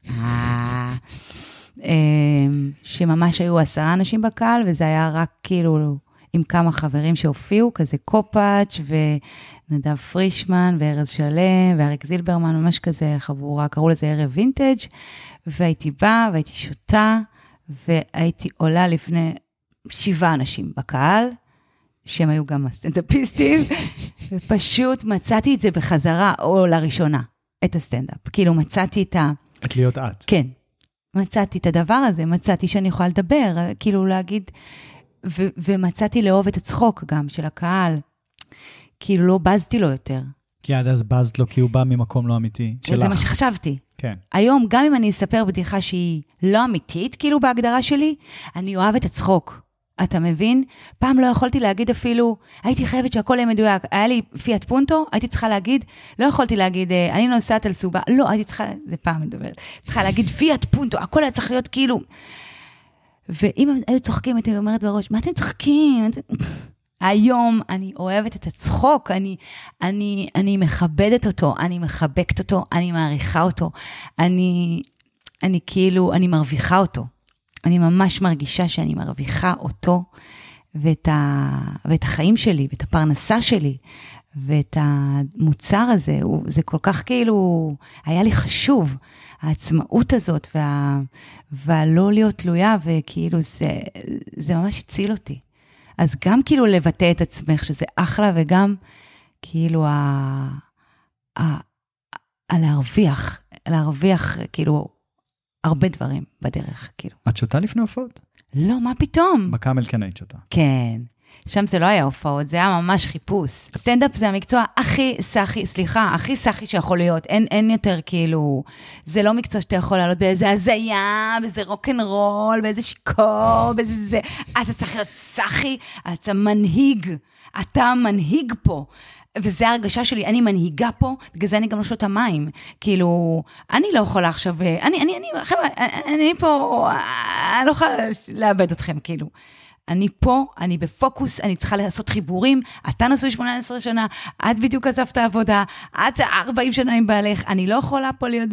שממש היו 10 אנשים בקהל, וזה היה רק כאילו עם כמה חברים שהופיעו, כזה קופאץ' ונדב פרישמן, וארז שלם, ואריק זילברמן, ממש כזה חבורה, קראו לזה ערב וינטג', והייתי באה, והייתי שותה, והייתי עולה לפני 7 אנשים בקהל, שהם היו גם הסטנדאפיסטים, ופשוט מצאתי את זה בחזרה, או לראשונה, את הסטנדאפ. כאילו מצאתי את להיות את. כן. מצאתי את הדבר הזה, מצאתי שאני יכולה לדבר, כאילו להגיד, ומצאתי לאהוב את הצחוק גם של הקהל. כאילו לא בזתי לו יותר. כי עד אז בזת לו, כי הוא בא ממקום לא אמיתי. זה מה שחשבתי. כן. היום, גם אם אני אספר בדיחה שהיא לא אמיתית, כאילו בהגדרה שלי, אני אוהב את הצחוק. אתה מבין? פעם לא יכולתי להגיד אפילו, הייתי חייבת שהכל יהיה מדויק. היה לי פיאט פונטו, הייתי צריכה להגיד, לא יכולתי להגיד, אני נוסעת על סובה, לא, הייתי צריכה, זה פעם מדברת, צריכה להגיד פיאט פונטו, הכל היה צריך להיות כאילו. ואם הם היו צוחקים, הייתי אומרת בראש, מה אתם צוחקים? היום אני אוהבת את הצחוק, אני מכבדת אותו, אני מחבקת אותו, אני מעריכה אותו, אני כאילו, אני מרוויחה אותו. אני ממש מרגישה שאני מרוויחה אותו, ואת החיים שלי, ואת הפרנסה שלי, ואת המוצר הזה, זה כל כך כאילו, היה לי חשוב, העצמאות הזאת, והלא להיות תלויה, וכאילו זה ממש הציל אותי. אז גם כאילו לבטא את עצמך, שזה אחלה, וגם כאילו להרוויח כאילו הרבה דברים בדרך, כאילו. את שותה לפני הופעות? לא, מה פתאום? בקאמל כן היית שותה. כן. שם זה לא היה הופעות, זה היה ממש חיפוש. סטנדאפ זה המקצוע הכי סחי שיכול להיות. אין יותר כאילו, זה לא מקצוע שאתה יכול לעלות באיזה הזיה, באיזה רוק'נ'רול, באיזה שיקור, באיזה זה. אז אתה צריך להיות סחי, אתה מנהיג פה. וזו ההרגשה שלי, אני מנהיגה פה, בגלל זה אני גם לא שותה מים. כאילו, אני לא יכולה עכשיו, אני פה, אני לא יכולה לאבד אתכם, כאילו. אני פה, אני בפוקוס, אני צריכה לעשות חיבורים, אתה נשוי 18 שנה, את בדיוק עזבת העבודה, את 40 שנה עם בעלך, אני לא יכולה פה להיות,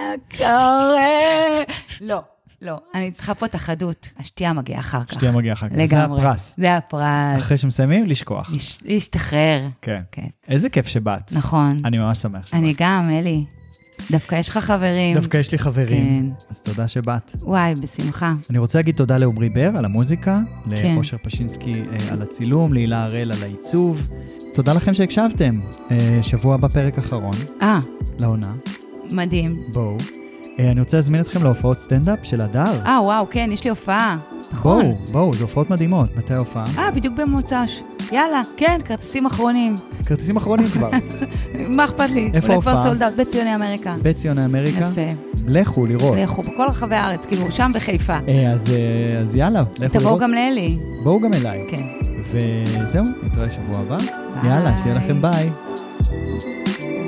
קורה. לא, אני צריכה פה את החדות. השתייה מגיעה אחר כך. לגמרי. זה הפרס. אחרי שמסיימים, לשכוח. להשתחרר. כן. איזה כיף שבאת. נכון. אני ממש שמח שבאת. אני גם, אלי. דווקא יש לך חברים. דווקא יש לי חברים. אז תודה שבאת. וואי, בשמחה. אני רוצה להגיד תודה לעומרי בר על המוזיקה, לאושר פשינסקי על הצילום, להילה הראל על העיצוב. תודה לכם שהקשבתם. שבוע הבא פרק אחרון. לעונה. מדהים. בואו. אני רוצה להזמין אתכם להופעות סטנדאפ של הדר. וואו, כן, יש לי הופעה. נכון. בואו, זה הופעות מדהימות. מתי ההופעה? בדיוק במוצ"ש. יאללה, כן, כרטיסים אחרונים. כרטיסים אחרונים כבר. מה אכפת לי? איפה ההופעה? כבר סולדות, בציוני אמריקה. בציוני אמריקה? יפה. לכו לראות. לכו, בכל רחבי הארץ, כאילו, שם בחיפה. אז יאללה, לכו לראות. תבואו גם לאלי. בואו גם אליי. כן. וזהו, נתראה שבוע הבא. יאללה, שיהיה לכם ביי.